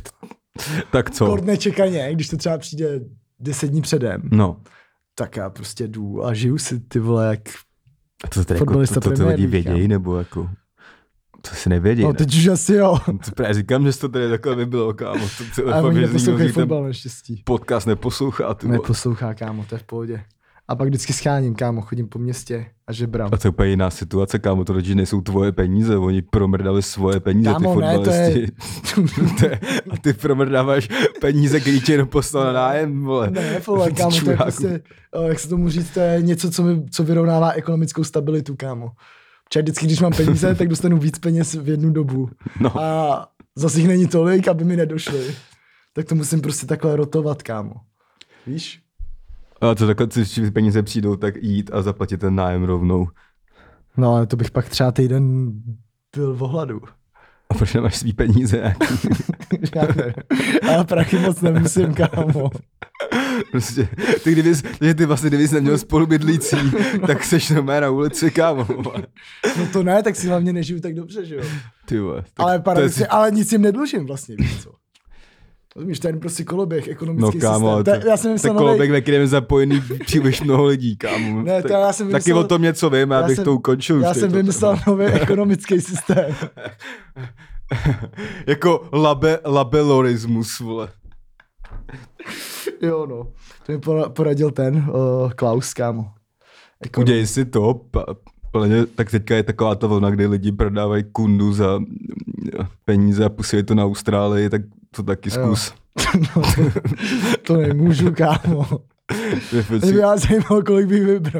Speaker 2: tak co?
Speaker 1: Kort nečekaně, když to třeba přijde 10 dní předem.
Speaker 2: No.
Speaker 1: Tak já prostě jdu a žiju si, ty vole, jak
Speaker 2: fotbalista Premier League. To lidi vědějí, nebo jako... To si nevědí,
Speaker 1: no, teď už asi jo.
Speaker 2: Já říkám, že to tady takhle nebylo, kámo.
Speaker 1: Ale oni neposlouchají fotbal, naštěstí.
Speaker 2: Podcast neposlouchá, ty vole.
Speaker 1: Neposlouchá, kámo, to je v pohodě. A pak vždycky scháním, kámo, chodím po městě a žebrám.
Speaker 2: A to je úplně jiná situace, kámo, to totiž nejsou tvoje peníze, oni promrdali svoje peníze,
Speaker 1: kámo,
Speaker 2: ty fotbalisti. A ty promrdáváš peníze, který ti jenom poslal na nájem, vole.
Speaker 1: Ne, vole, kámo, to je prostě, jak se tomu říct, to je něco, co vyrovnává ekonomickou stabilitu, kámo. Protože vždycky, když mám peníze, tak dostanu víc peněz v jednu dobu.
Speaker 2: No.
Speaker 1: A zase jich není tolik, aby mi nedošly. Tak to musím prostě takhle rotovat, kámo. Víš?
Speaker 2: A to takhle, když ty peníze přijdou, tak jít a zaplatit ten nájem rovnou.
Speaker 1: No, ale to bych pak třeba týden byl v ohladu.
Speaker 2: A proč nemáš svý peníze?
Speaker 1: Já nevím. Ale prachy moc nemusím, kámo.
Speaker 2: Prostě, ty vlastně, kdybys neměl spolubydlící, tak seš normálně na ulici, kámo.
Speaker 1: No to ne, tak si hlavně nežiju tak dobře, že jo.
Speaker 2: Ty vole.
Speaker 1: Ale nic jim nedlužím vlastně, víš co. Rozumíš, to je prostě koloběh, ekonomický
Speaker 2: kámo,
Speaker 1: systém. Já jsem
Speaker 2: tak koloběh, ve kterém je zapojený příliš mnoho lidí, kámo.
Speaker 1: Ne, to já jsem
Speaker 2: taky o tom něco vím, já bych to ukončil.
Speaker 1: Já jsem vymyslel nový ekonomický systém.
Speaker 2: Jako labelorismus, vole.
Speaker 1: Jo, no. To mi poradil ten Klaus, kámo.
Speaker 2: Uděj si to, plně, tak teďka je taková ta vlna, kdy lidi prodávají kundu za peníze a pusí to na Austrálii, tak to taky zkus.
Speaker 1: No, to nemůžu, kámo. Mě by já zajímalo, kolik bych vybral.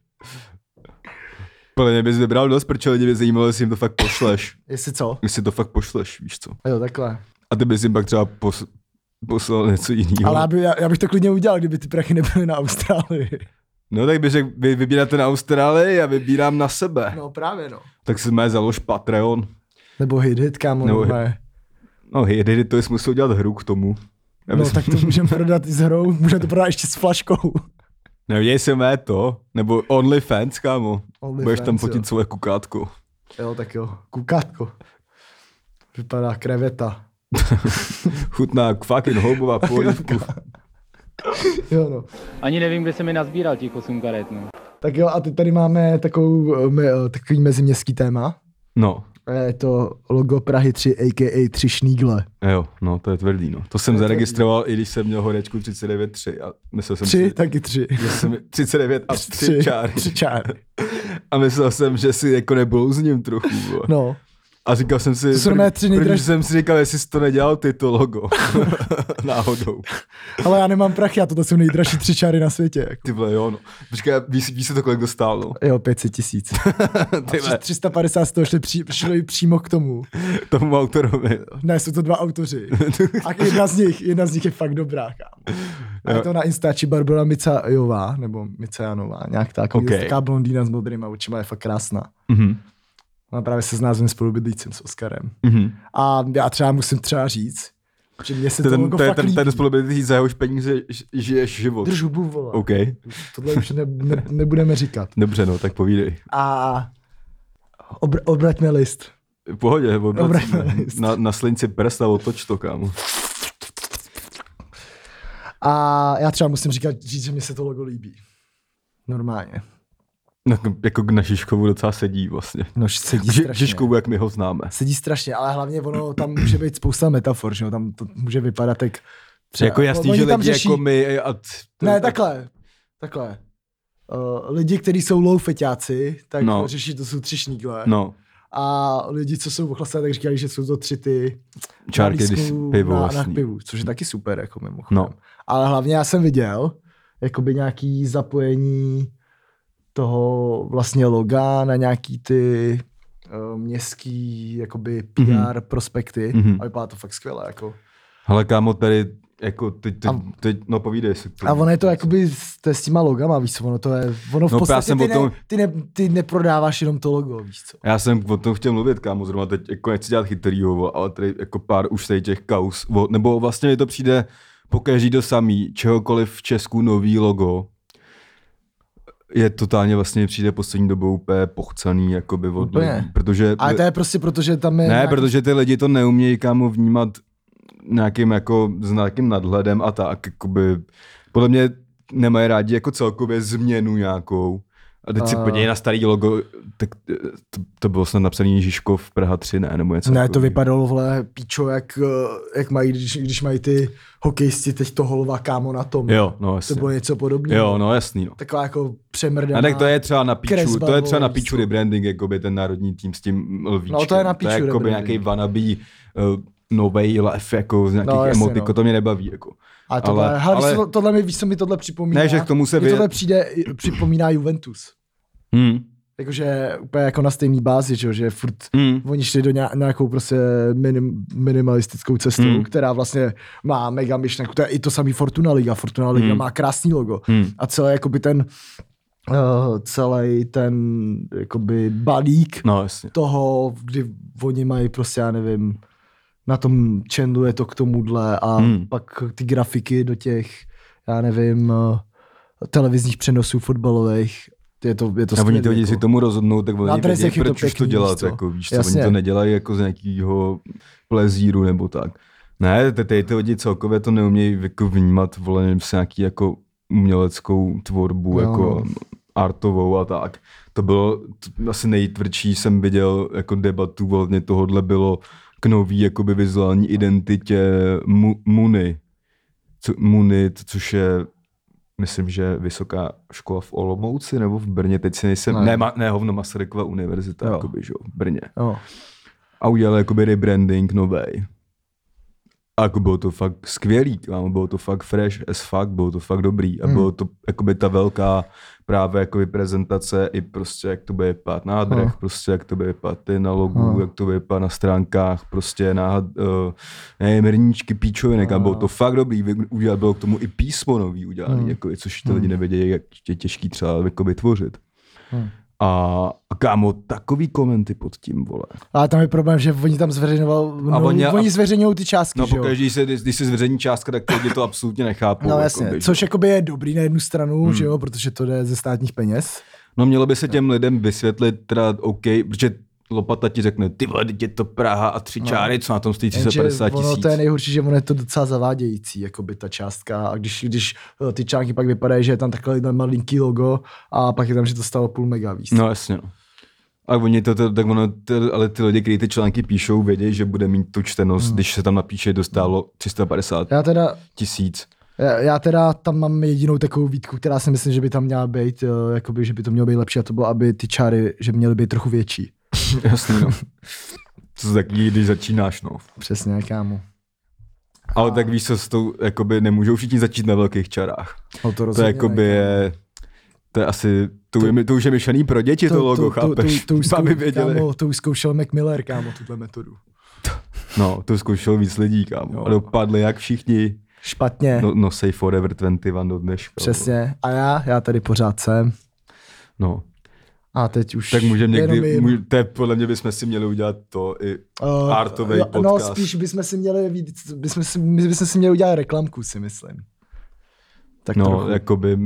Speaker 2: Plně bys vybral dost, protože lidi by zajímalo, jestli jim to fakt pošleš.
Speaker 1: Jestli co?
Speaker 2: Jestli to fakt pošleš, víš co.
Speaker 1: Jo, takhle.
Speaker 2: A ty bys jim pak třeba poslal něco jiného.
Speaker 1: Ale já bych to klidně udělal, kdyby ty prachy nebyly na Austrálii.
Speaker 2: No tak bych řekl, vy vybíráte na Austrálii a vybírám na sebe.
Speaker 1: No právě no.
Speaker 2: Tak si mé založ Patreon.
Speaker 1: Nebo hit, kámo.
Speaker 2: No hit, to jsi musel dělat hru k tomu.
Speaker 1: No tak to můžeme prodat i s hrou, můžeme to prodat ještě s flaškou.
Speaker 2: Neviděj si mé to, nebo OnlyFans, kámo. Budeš tam fotit svoje kukátko.
Speaker 1: Jo, tak jo, kukátko. Vypadá kreveta.
Speaker 2: Chutná fucking houbová polívku.
Speaker 1: Jo no.
Speaker 4: Ani nevím, kde se mi nazbíral těch 8 karet, no.
Speaker 1: Tak jo, a teď tady máme takový meziměstský téma.
Speaker 2: No.
Speaker 1: Je to logo Prahy 3, a.k.a. 3 šnígle.
Speaker 2: Jo, no to je tvrdý, no. To jsem zaregistroval, i když jsem měl horečku 39.3 a myslel jsem
Speaker 1: 3,
Speaker 2: si...
Speaker 1: taky 3.
Speaker 2: 39 a 3 čáry.
Speaker 1: 3 čáry.
Speaker 2: A myslel jsem, že si jako neblouzním trochu.
Speaker 1: No.
Speaker 2: A říkal jsem si, první jsem si říkal, jestli jsi to nedělal ty to logo. Náhodou.
Speaker 1: Ale já nemám prachy, a toto jsou nejdražší 3 čáry na světě. Jako.
Speaker 2: Ty vole, jo, no. Počkej, víš se to kolik dostalo?
Speaker 1: Jo, 500 000. A 350 z toho šlo přímo k tomu.
Speaker 2: Tomu autorovi.
Speaker 1: Ne, jsou to 2 autoři. A jedna z nich je fakt dobrá, kámo. A je to na Instači Barbara Micajová, nebo Micajanová, nějak tak. Okay. Taková blondýna s modrýma očima, je fakt krásná.
Speaker 2: Mhm.
Speaker 1: Ona právě se s názvem spolubydlícím s Oskarem. Mm-hmm. A já třeba musím říct, že mě se to logo fakt líbí.
Speaker 2: Ten spolubydlící, za jehož peníze žiješ život.
Speaker 1: Drž hubu, vole.
Speaker 2: Okay.
Speaker 1: Tohle už nebudeme říkat.
Speaker 2: Dobře, no, tak povídej.
Speaker 1: A obraťme list.
Speaker 2: V pohodě, na slinci prst a otoč to, kámo.
Speaker 1: A já třeba musím říct, že mě se to logo líbí. Normálně.
Speaker 2: No, jako na Žižkovu docela sedí vlastně.
Speaker 1: No, sedí strašně.
Speaker 2: Žižkovu, jak my ho známe.
Speaker 1: Sedí strašně, ale hlavně ono, tam může být spousta metafor, že jo, tam to může vypadat jak...
Speaker 2: Jako jasný, že lidi řeší... jako my...
Speaker 1: Ne, takhle. Lidi, kteří jsou low feťáci, tak řeší, to jsou 3 šnígle.
Speaker 2: No.
Speaker 1: A lidi, co jsou ochlaslé, tak říkají, že jsou to 3 ty
Speaker 2: čárky, když pivo
Speaker 1: na pivu, což je taky super, jako mimochodem. No. Ale hlavně já jsem viděl, jakoby nějaký zapojení toho vlastně loga na nějaký ty městský jakoby PR prospekty a vypadá to fakt skvěle, jako.
Speaker 2: Hele kámo, tady jako teď no povídej si.
Speaker 1: A ono je to jakoby s těma logama, víš co, ono v podstatě ty neprodáváš jenom to logo, víš co.
Speaker 2: Já jsem o tom chtěl mluvit, kámo, zrovna teď jako nechci dělat chytrýho, ale tady jako pár už tady těch kaus, nebo vlastně mi to přijde pokaždý to samý, čehokoliv v Česku nový logo, je totálně vlastně přijde poslední dobou úplně pochcaný, jakoby od lidí, protože...
Speaker 1: Ale to je prostě proto, že tam je...
Speaker 2: Ne, protože ty lidi to neumějí, kámo, vnímat nějakým jako s nějakým nadhledem a tak, jakoby... Podle mě nemají rádi jako celkově změnu nějakou. A teď si podívej na starý logo, tak to bylo snad napsaný Žižkov Praha 3, ne? Nebo něco.
Speaker 1: Ne, to vypadalo, vole, píčo, jak mají, když mají ty hokejisti teď toho lva, kámo, na tom.
Speaker 2: Jo, no jasně.
Speaker 1: To bylo něco podobného.
Speaker 2: Jo, no jasný, no.
Speaker 1: Taková jako přemrdaná.
Speaker 2: A tak to je třeba na píču,
Speaker 1: kresba,
Speaker 2: to je třeba na píču rebranding, jakoby ten národní tým s tím lvíčkem.
Speaker 1: No to je na píču rebranding.
Speaker 2: To je jakoby nějaký wannabe novej life, jako z nějakých emotik, to mě nebaví, jako.
Speaker 1: A tohle mi, víš, co mi tohle připomíná?
Speaker 2: Ne, že k tomu se
Speaker 1: tohle připomíná Juventus. Jakože úplně jako na stejný bázi, že furt oni šli do nějakou prostě minimalistickou cestou, která vlastně má mega myšlenku. To je i to samý Fortuna Liga. Fortuna Liga má krásný logo. A celý jakoby celý ten jakoby balík toho, kdy oni mají prostě, já nevím, na tom channelu je to k tomuhle a pak ty grafiky do těch, já nevím, televizních přenosů fotbalových. Je to
Speaker 2: a oni ty lidi si tomu rozhodnou, tak oni vědí, proč už to dělat, jako, víš co, oni to nedělají jako z nějakého plezíru nebo tak. Ne, ty lidi celkově to neumějí jako vnímat, vole, s nějaký jako uměleckou tvorbu, jako artovou a tak. To bylo asi nejtvrdší, jsem viděl jako debatu, vlastně tohodle bylo k nový jakoby vizuální identitě Muni, což je myslím, že vysoká škola v Olomouci nebo v Brně, teď si nejsem, ne hovno, Masarykova univerzita, jakoby, že jo, v Brně.
Speaker 1: Jo.
Speaker 2: A udělali jakoby rebranding novej. A jako bylo to fakt skvělý, bylo to fakt fresh as fuck, bylo to fakt dobrý a bylo to jakoby ta velká právě jakoby prezentace i prostě jak to bude vypadat na hadrech, prostě jak to bude vypadat na logu, jak to bude vypadat na stránkách, prostě na hrníčky, píčovinek a bylo to fakt dobrý, bylo k tomu i písmo nový udělaný, jakoby, což ty lidi nevědějí, jak je těžký třeba jakoby tvořit. A kámo, takový komenty pod tím, vole.
Speaker 1: Ale tam je problém, že oni tam oni zveřejňují ty částky,
Speaker 2: no,
Speaker 1: že jo?
Speaker 2: Když se zveřejní částka, tak lidi to absolutně nechápou.
Speaker 1: No jasně,
Speaker 2: jakoby,
Speaker 1: což jakoby je dobrý na jednu stranu, že jo, protože to jde ze státních peněz.
Speaker 2: No mělo by se těm lidem vysvětlit teda OK, protože Lopata ti řekne, ty vole, je to Praha a 3 čáry, co na tom stojí 350 000.
Speaker 1: Ono to je nejhorší, že ono je to docela zavádějící, jakoby ta částka a když ty články pak vypadají, že je tam takhle malinký logo a pak je tam, že to stalo 0,5 mega víc.
Speaker 2: No jasně, no. A oni ale ty lidi, kteří ty články píšou, vědí, že bude mít tu čtenost, když se tam napíše, dostalo 350 000.
Speaker 1: Já teda tam mám jedinou takovou výtku, která si myslím, že by tam měla být, jakoby, že by to mělo být lepší a to bylo, aby ty čáry, že měly být trochu větší.
Speaker 2: Jasný, no. To je taky, když začínáš, no.
Speaker 1: Přesně, kámo.
Speaker 2: Ale tak víš co, s tou, jakoby nemůžou všichni začít na velkých čarách.
Speaker 1: No
Speaker 2: to jakoby je, to je asi, to už je myšlený pro děti, to logo, chápeš?
Speaker 1: To už zkoušel Mac Miller, kámo, tuhle metodu.
Speaker 2: No, to zkoušel víc lidí, kámo. Jo. A dopadli jak všichni.
Speaker 1: Špatně.
Speaker 2: Nosej Forever 21 do dneška.
Speaker 1: Přesně. A já tady pořád jsem.
Speaker 2: No.
Speaker 1: A teď už...
Speaker 2: Tak můžeme někdy, podle mě bychom si měli udělat to i artovej podcast.
Speaker 1: No spíš bychom si měli udělat reklamku, si myslím.
Speaker 2: Tak no, jakoby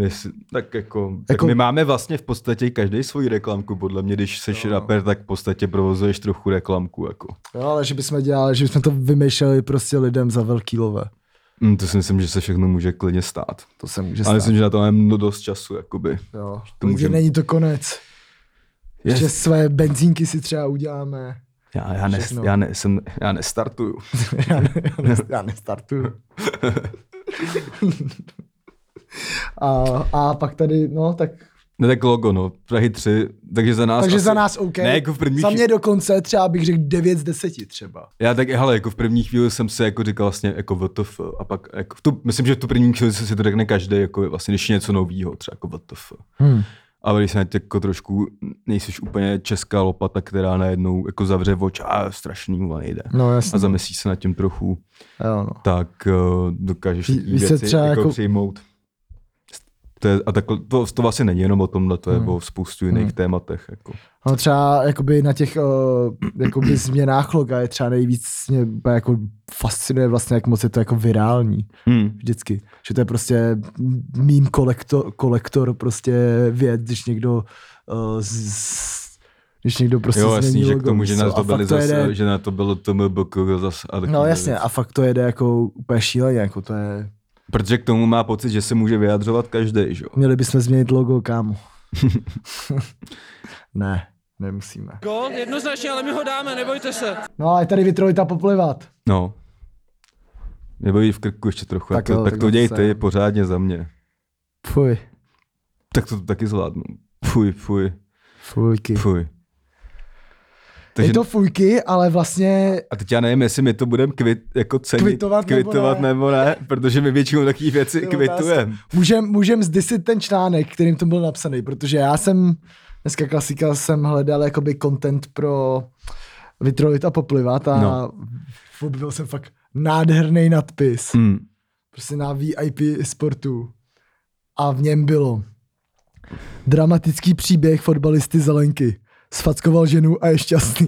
Speaker 2: my máme vlastně v podstatě každý svoji reklamku, podle mě, když seš rapper, tak v podstatě provozuješ trochu reklamku, jako.
Speaker 1: Jo, ale že bychom to vymýšleli prostě lidem za velký love.
Speaker 2: To si myslím, že se všechno může klidně stát.
Speaker 1: To se může stát.
Speaker 2: Ale myslím, že na to máme dost času, jakoby.
Speaker 1: Jo, není to konec. Ještě své benzínky si třeba uděláme.
Speaker 2: Já nestartuju.
Speaker 1: já nestartuju. A pak tady, no tak...
Speaker 2: No tak logo, no, Prahy 3, takže za nás
Speaker 1: za nás OK.
Speaker 2: Ne, jako v první
Speaker 1: za mě dokonce třeba bych řekl 9 z 10 třeba.
Speaker 2: Já tak, hele, jako v první chvíli jsem si jako říkal vlastně jako WTF a pak jako myslím, že v tu první chvíli si to řekne každý, jako vlastně, když je něco novýho, třeba jako WTF. Ale když se jako trošku nejsiš úplně česká lopata, která najednou jako zavře oči a strašný mu nejde.
Speaker 1: No, jasně.
Speaker 2: A zamyslíš se nad tím trochu,
Speaker 1: jo, no.
Speaker 2: Tak dokážeš ty věci jako přijmout. A tak to vlastně není jenom o tomhle, to je o spoustu jiných tématech. Jako.
Speaker 1: No třeba jakoby na těch jakoby změnách loga je třeba nejvíc mě jako fascinuje vlastně, jak moc je to jako virální. Vždycky. Že to je prostě meme kolektor prostě věc, když někdo prostě změní logo.
Speaker 2: K tomu, že nás dobili zase, že na to bylo TMBK zase.
Speaker 1: No jasně, a fakt to jede jako úplně šíleně, jako to je...
Speaker 2: Protože k tomu má pocit, že se může vyjadřovat každý, že jo?
Speaker 1: Měli bychom změnit logo, kámo. Ne, nemusíme.
Speaker 3: Gól, jednoznačně, ale my ho dáme, nebojte se.
Speaker 1: No a je tady Vitrolita poplivat.
Speaker 2: No. Mě bolí v krku ještě trochu, tak to děj ty pořádně za mě.
Speaker 1: Fuj.
Speaker 2: Tak to taky zvládnu. Fuj.
Speaker 1: Fujky.
Speaker 2: Fuj.
Speaker 1: Takže... Je to fujky, ale vlastně...
Speaker 2: A teď já nevím, jestli my to budeme kvitovat nebo ne, protože my většinou takové věci kvitujeme.
Speaker 1: Můžem zdisit ten článek, kterým to byl napsaný, protože já jsem, dneska klasika jsem hledal jakoby content pro Vitrolita poplivat a objevil jsem fakt nádherný nadpis. Prostě na VIP sportu. A v něm bylo dramatický příběh fotbalisty Zelenky. Sfackoval ženu a je šťastný.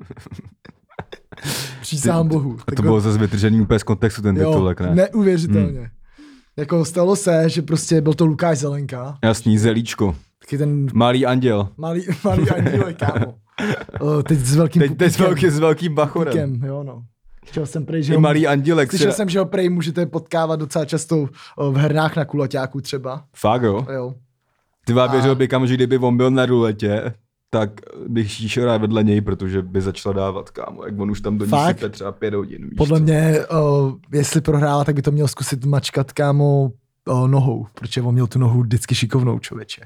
Speaker 1: Přísahám Bohu.
Speaker 2: A to bylo zase vytržený úplně z kontextu ten titulek, ne?
Speaker 1: Neuvěřitelně. Jako stalo se, že prostě byl to Lukáš Zelenka.
Speaker 2: Jasný, Zelíčko.
Speaker 1: Taky ten...
Speaker 2: Malý anděl.
Speaker 1: Malý anděl, kámo. Teď s velkým
Speaker 2: s velkým bachorem.
Speaker 1: Jo, no. Slyšel jsem prej, že
Speaker 2: malý andělek.
Speaker 1: Slyšel jsem, že ho prej můžete potkávat docela často v hernách na kulaťáku třeba.
Speaker 2: Fakt jo? Ty věřil by, kam, že kdyby on byl na ruletě, tak bych šel rád vedle něj, protože by začala dávat, kámo. Jak on už tam do ní sype třeba 5 hodin.
Speaker 1: Podle mě, jestli prohrála, tak by to měl zkusit mačkat, kámo, nohou, protože on měl tu nohu vždycky šikovnou, člověče.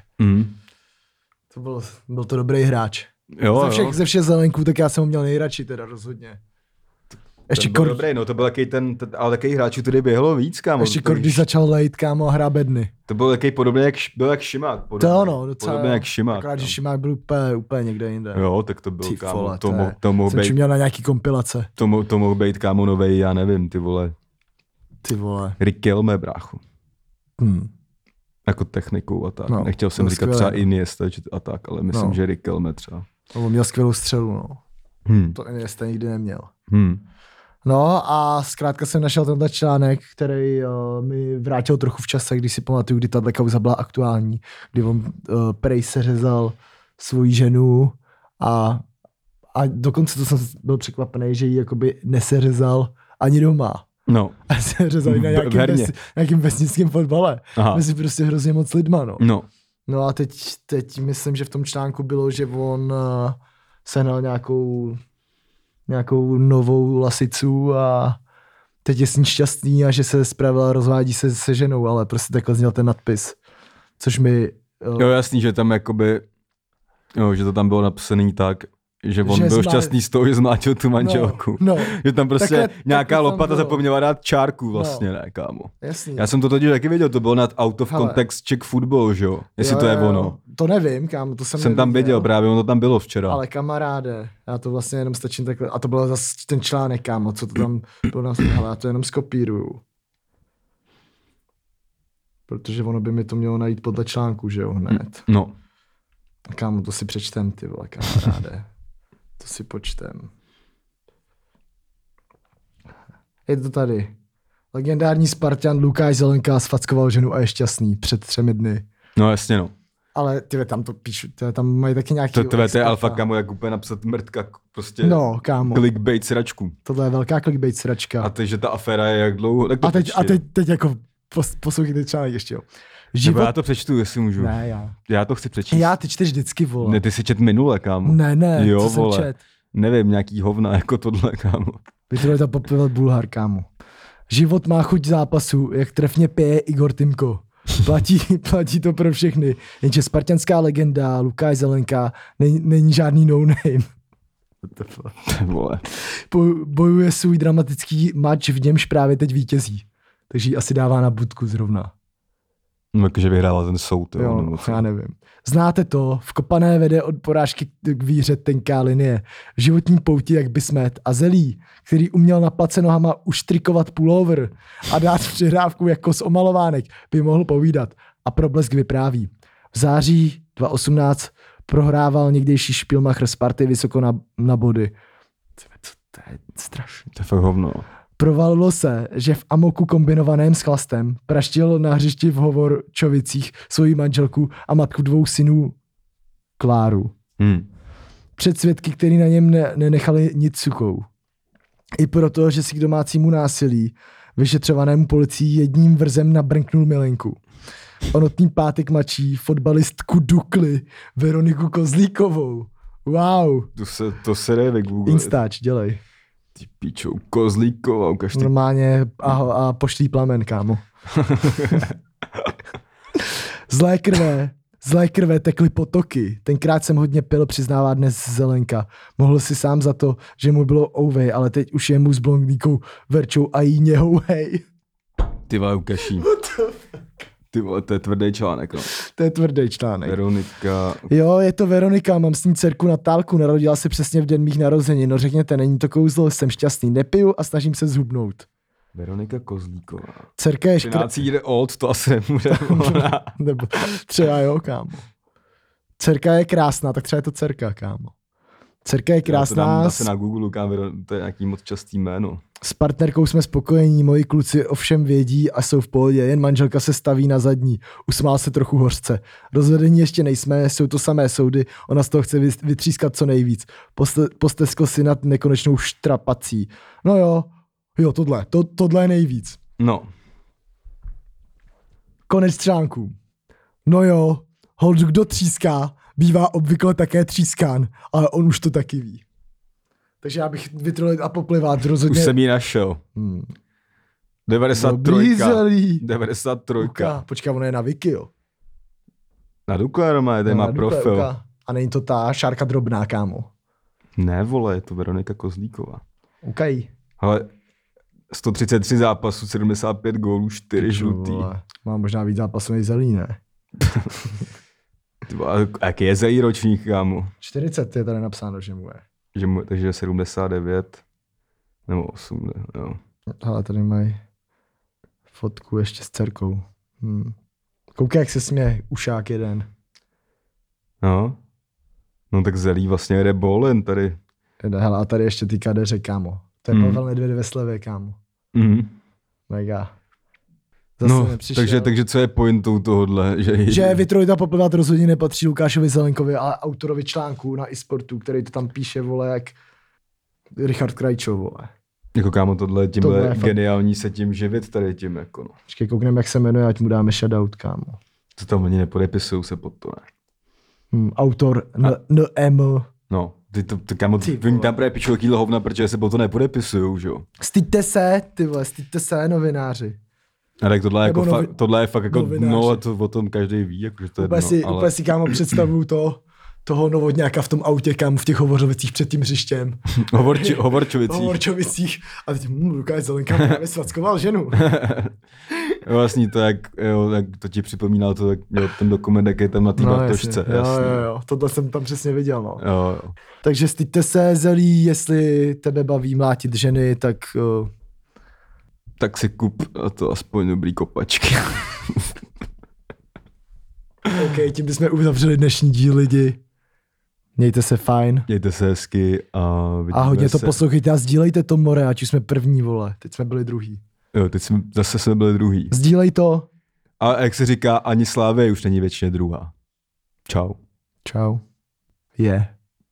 Speaker 1: Byl to dobrý hráč.
Speaker 2: Jo,
Speaker 1: Ze všech zelenků, tak já jsem ho měl nejradši teda rozhodně.
Speaker 2: Ještě byl dobrý, no to byl ale takový hráčů tady běhlo víc, kámo.
Speaker 1: Ještě když začal lejt, kámo, a hrát bedny.
Speaker 2: To byl takový podobný, jak Šimák.
Speaker 1: Podobný
Speaker 2: jak Šimák.
Speaker 1: Akorát, že Šimák byl úplně někde jinde.
Speaker 2: Jo, tak to byl,
Speaker 1: ty
Speaker 2: kámo,
Speaker 1: vole,
Speaker 2: to mohl být.
Speaker 1: Jsem měl na nějaký kompilace.
Speaker 2: To mohl být, kámo, novej, já nevím, ty vole. Riquelme, bráchu. Jako technikou a tak.
Speaker 1: No,
Speaker 2: nechtěl jsem říkat
Speaker 1: skvělé,
Speaker 2: třeba Iniesta a tak, ale myslím, že Riquelme třeba.
Speaker 1: On měl skvělou střelu, no. To Iniesta nikdy neměl. No a zkrátka jsem našel tenhle článek, který mi vrátil trochu v čase, když si pamatuju, kdy tato kauza byla aktuální, kdy on prej seřezal svoji ženu a dokonce to jsem byl překvapený, že ji jakoby neseřezal ani doma.
Speaker 2: No.
Speaker 1: A seřezal ji na nějakým vesnickém fotbale. Mezi prostě hrozně moc lidma, no. No a teď myslím, že v tom článku bylo, že on sehnal nějakou novou lasicu a teď je s ní šťastný a že se spravila, rozvádí se ženou, ale prostě takhle zněl ten nadpis, což mi...
Speaker 2: Jo, jasný, že tam jakoby, že to tam bylo napsaný tak, že on byl šťastný z toho, že zmlátil tu manželku.
Speaker 1: No.
Speaker 2: Že tam prostě
Speaker 1: takhle
Speaker 2: nějaká lopata zapomněla dát čárku vlastně, ne, kámo.
Speaker 1: Jasný.
Speaker 2: Já jsem to totiž taky viděl, to bylo nad Out of Context Czech Football, že jo? Jestli to je ono.
Speaker 1: To nevím, kámo, to
Speaker 2: jsem tam viděl, právě ono tam bylo včera.
Speaker 1: Ale kamaráde, já to vlastně jenom stačím takhle, a to byl zase ten článek, kámo, co to tam bylo, ale já to jenom skopíruju. Protože ono by mi to mělo najít podle článku, že jo, hned.
Speaker 2: No.
Speaker 1: Kámo, to si přečtem, ty vole, kamaráde. To si počtem. Je to tady. Legendární Spartan Lukáš Zelenka sfackoval ženu a je šťastný před 3 dny.
Speaker 2: No jasně, no.
Speaker 1: Ale ty tam to píšu, tam mají taky nějaký...
Speaker 2: To je alfa, kámo, jak úplně napsat mrtka, prostě
Speaker 1: kámo.
Speaker 2: Clickbait sračku.
Speaker 1: Tohle je velká clickbait sračka.
Speaker 2: A teď, že ta aféra je jak dlouho, tak to
Speaker 1: a teď jako poslouchejte článek ještě, jo.
Speaker 2: Nebo já to přečtu, jestli můžu.
Speaker 1: Ne,
Speaker 2: já to chci přečíst.
Speaker 1: Já ty čteš vždycky, vole.
Speaker 2: Ne, ty si čet minule, kámo.
Speaker 1: Ne,
Speaker 2: jo,
Speaker 1: co jsem
Speaker 2: vole.
Speaker 1: čet?
Speaker 2: Nevím, nějaký hovna jako tohle, kámo.
Speaker 1: Vytrvali tam popivat Bulhar, kámo. Život má chuť zápasu, jak trefně pije Igor Timko. Platí to pro všechny. Jenže spartanská legenda Lukáš Zelenka není žádný no-name. Bojuje svůj dramatický match, v němž právě teď vítězí. Takže ji asi dává na budku zrovna.
Speaker 2: No, jakože vyhrává ten soud.
Speaker 1: Jo, já nevím. Znáte to, v kopané vede od porážky k víře tenká linie. V životním pouti jak Bismet a Zelí, který uměl na place nohama uštrikovat pullover a dát přihrávku jako z omalovánek, by mohl povídat. A problesk vypráví. V září 2018 prohrával někdejší Špilmacher Sparty vysoko na body. To je strašný.
Speaker 2: To je fakt hovno.
Speaker 1: Provalilo se, že v amoku kombinovaném s chlastem praštil na hřišti v Hovorčovicích svoji manželku a matku 2 synů Kláru. Před svědky, který na něm nenechali nic suchou. I proto, že si k domácímu násilí vyšetřovanému policií jedním vrzem nabrnknul milenku. Onotný pátek mačí fotbalistku Dukly Veroniku Kozlíkovou. Wow.
Speaker 2: To se jde ve Google.
Speaker 1: Instač, dělej.
Speaker 2: Ty píčou, Kozlíková, ukaž ty.
Speaker 1: Normálně a pošlí plamen, kámo. Zlé krve tekly potoky. Tenkrát jsem hodně pil, přiznává dnes Zelenka. Mohl si sám za to, že mu bylo ouvej, ale teď už je mu s blondýkou Verčou a jí něhou hej.
Speaker 2: Ty vole, ukaží. Ty vole, to je tvrdý článek, no.
Speaker 1: To je tvrdý článek.
Speaker 2: Veronika.
Speaker 1: Jo, je to Veronika, mám s ní dcerku Natálku, narodila se přesně v den mých narozenin. No řekněte, není to kouzlo, jsem šťastný, nepiju a snažím se zhubnout.
Speaker 2: Veronika Kozlíková.
Speaker 1: Dcerka je
Speaker 2: 13 year old, to asi nemůže.
Speaker 1: Nebo třeba jo, kámo. Dcerka je krásná, tak třeba je to dcerka, kámo. Dcerka je krásná.
Speaker 2: Já to dám zase na Google, kámo, to je nějaký moc častý jméno.
Speaker 1: S partnerkou jsme spokojení, moji kluci ovšem vědí a jsou v pohodě, jen manželka se staví na zadní. Usmál se trochu hořce. Rozvedení ještě nejsme, jsou to samé soudy, ona z toho chce vytřískat co nejvíc. Posteskl si nad nekonečnou štrapací. No jo, tohle je nejvíc.
Speaker 2: No.
Speaker 1: Konec článku. No jo, hold, kdo tříská, bývá obvykle také třískán, ale on už to taky ví. Takže já bych vytrolil a poplivat rozhodně.
Speaker 2: Už jsem ji našel. 93.
Speaker 1: Zelí.
Speaker 2: 93.
Speaker 1: Počkej, ono je na Wiki, jo.
Speaker 2: Na Dukle, Roma, tady má
Speaker 1: na Dukle,
Speaker 2: profil.
Speaker 1: uka. A není to ta Šárka Drobná, kámo.
Speaker 2: Ne, vole, je to Veronika Kozlíková.
Speaker 1: Ukají.
Speaker 2: Ale 133 zápasů, 75 gólů, 4 žlutý.
Speaker 1: Mám možná víc zápasů než Zelí, ne?
Speaker 2: A jaký je Zelí ročník, kámo?
Speaker 1: 40 je tady napsáno, že mu je.
Speaker 2: Takže 79 nebo 8, jo.
Speaker 1: Hele, tady mají fotku ještě s dcerkou. Koukej, jak se směje, ušák jeden.
Speaker 2: No tak Zelí vlastně jede Bolen tady.
Speaker 1: Hele, a tady ještě ty kadeře, kámo. To je Pavel Nedvěd ve slevě, kámo. Mega. Zase
Speaker 2: takže co je pointou tohodle?
Speaker 1: Že Vytrojita poplivat rozhodně nepatří Lukášovi Zelenkovi, ale autorovi článku na eSportu, který to tam píše, vole, jak Richard Krajčov, vole.
Speaker 2: Jako kámo, tohle je geniální se tím živit tady tím, jako no.
Speaker 1: Počkej, koukneme, jak se jmenuje, ať mu dáme shoutout, kámo.
Speaker 2: To tam oni nepodepisují se pod to, ne?
Speaker 1: Autor NM.
Speaker 2: No, kámo, oni tam právě píšou jakýhle hovna, protože se pod to nepodepisujou, že jo?
Speaker 1: Styďte se, ty vole, styďte se, novináři.
Speaker 2: A tak tohle je fakt jako
Speaker 1: novináři.
Speaker 2: dno a to o tom každý ví, jako, že to je dno, ale...
Speaker 1: Úplně si, kámo, představuju toho Novotňáka v tom autě, kámo, v těch Hovořovicích před tím hřištěm. Hovorčovicích. A teď, Lukáš Zelenka právě svackoval ženu.
Speaker 2: Vlastně to, jak to ti připomínalo to, jak měl ten dokument, jak je tam na té Bartošce.
Speaker 1: Jo, tohle jsem tam přesně viděl, no.
Speaker 2: Jo.
Speaker 1: Takže styďte se, Zelí, jestli tebe baví mlátit ženy, tak...
Speaker 2: Tak si kup a to aspoň dobrý kopačky.
Speaker 1: OK, tím bychom uzavřeli dnešní díl, lidi. Mějte se fajn.
Speaker 2: Mějte se hezky a
Speaker 1: hodně to poslouchejte a sdílejte to, more, ať už jsme první, vole. Teď jsme byli druhý.
Speaker 2: Jo, teď jsme zase byli druhý.
Speaker 1: Sdílej to.
Speaker 2: A jak se říká, ani Slávě už není většině druhá. Čau.
Speaker 1: Čau. Je.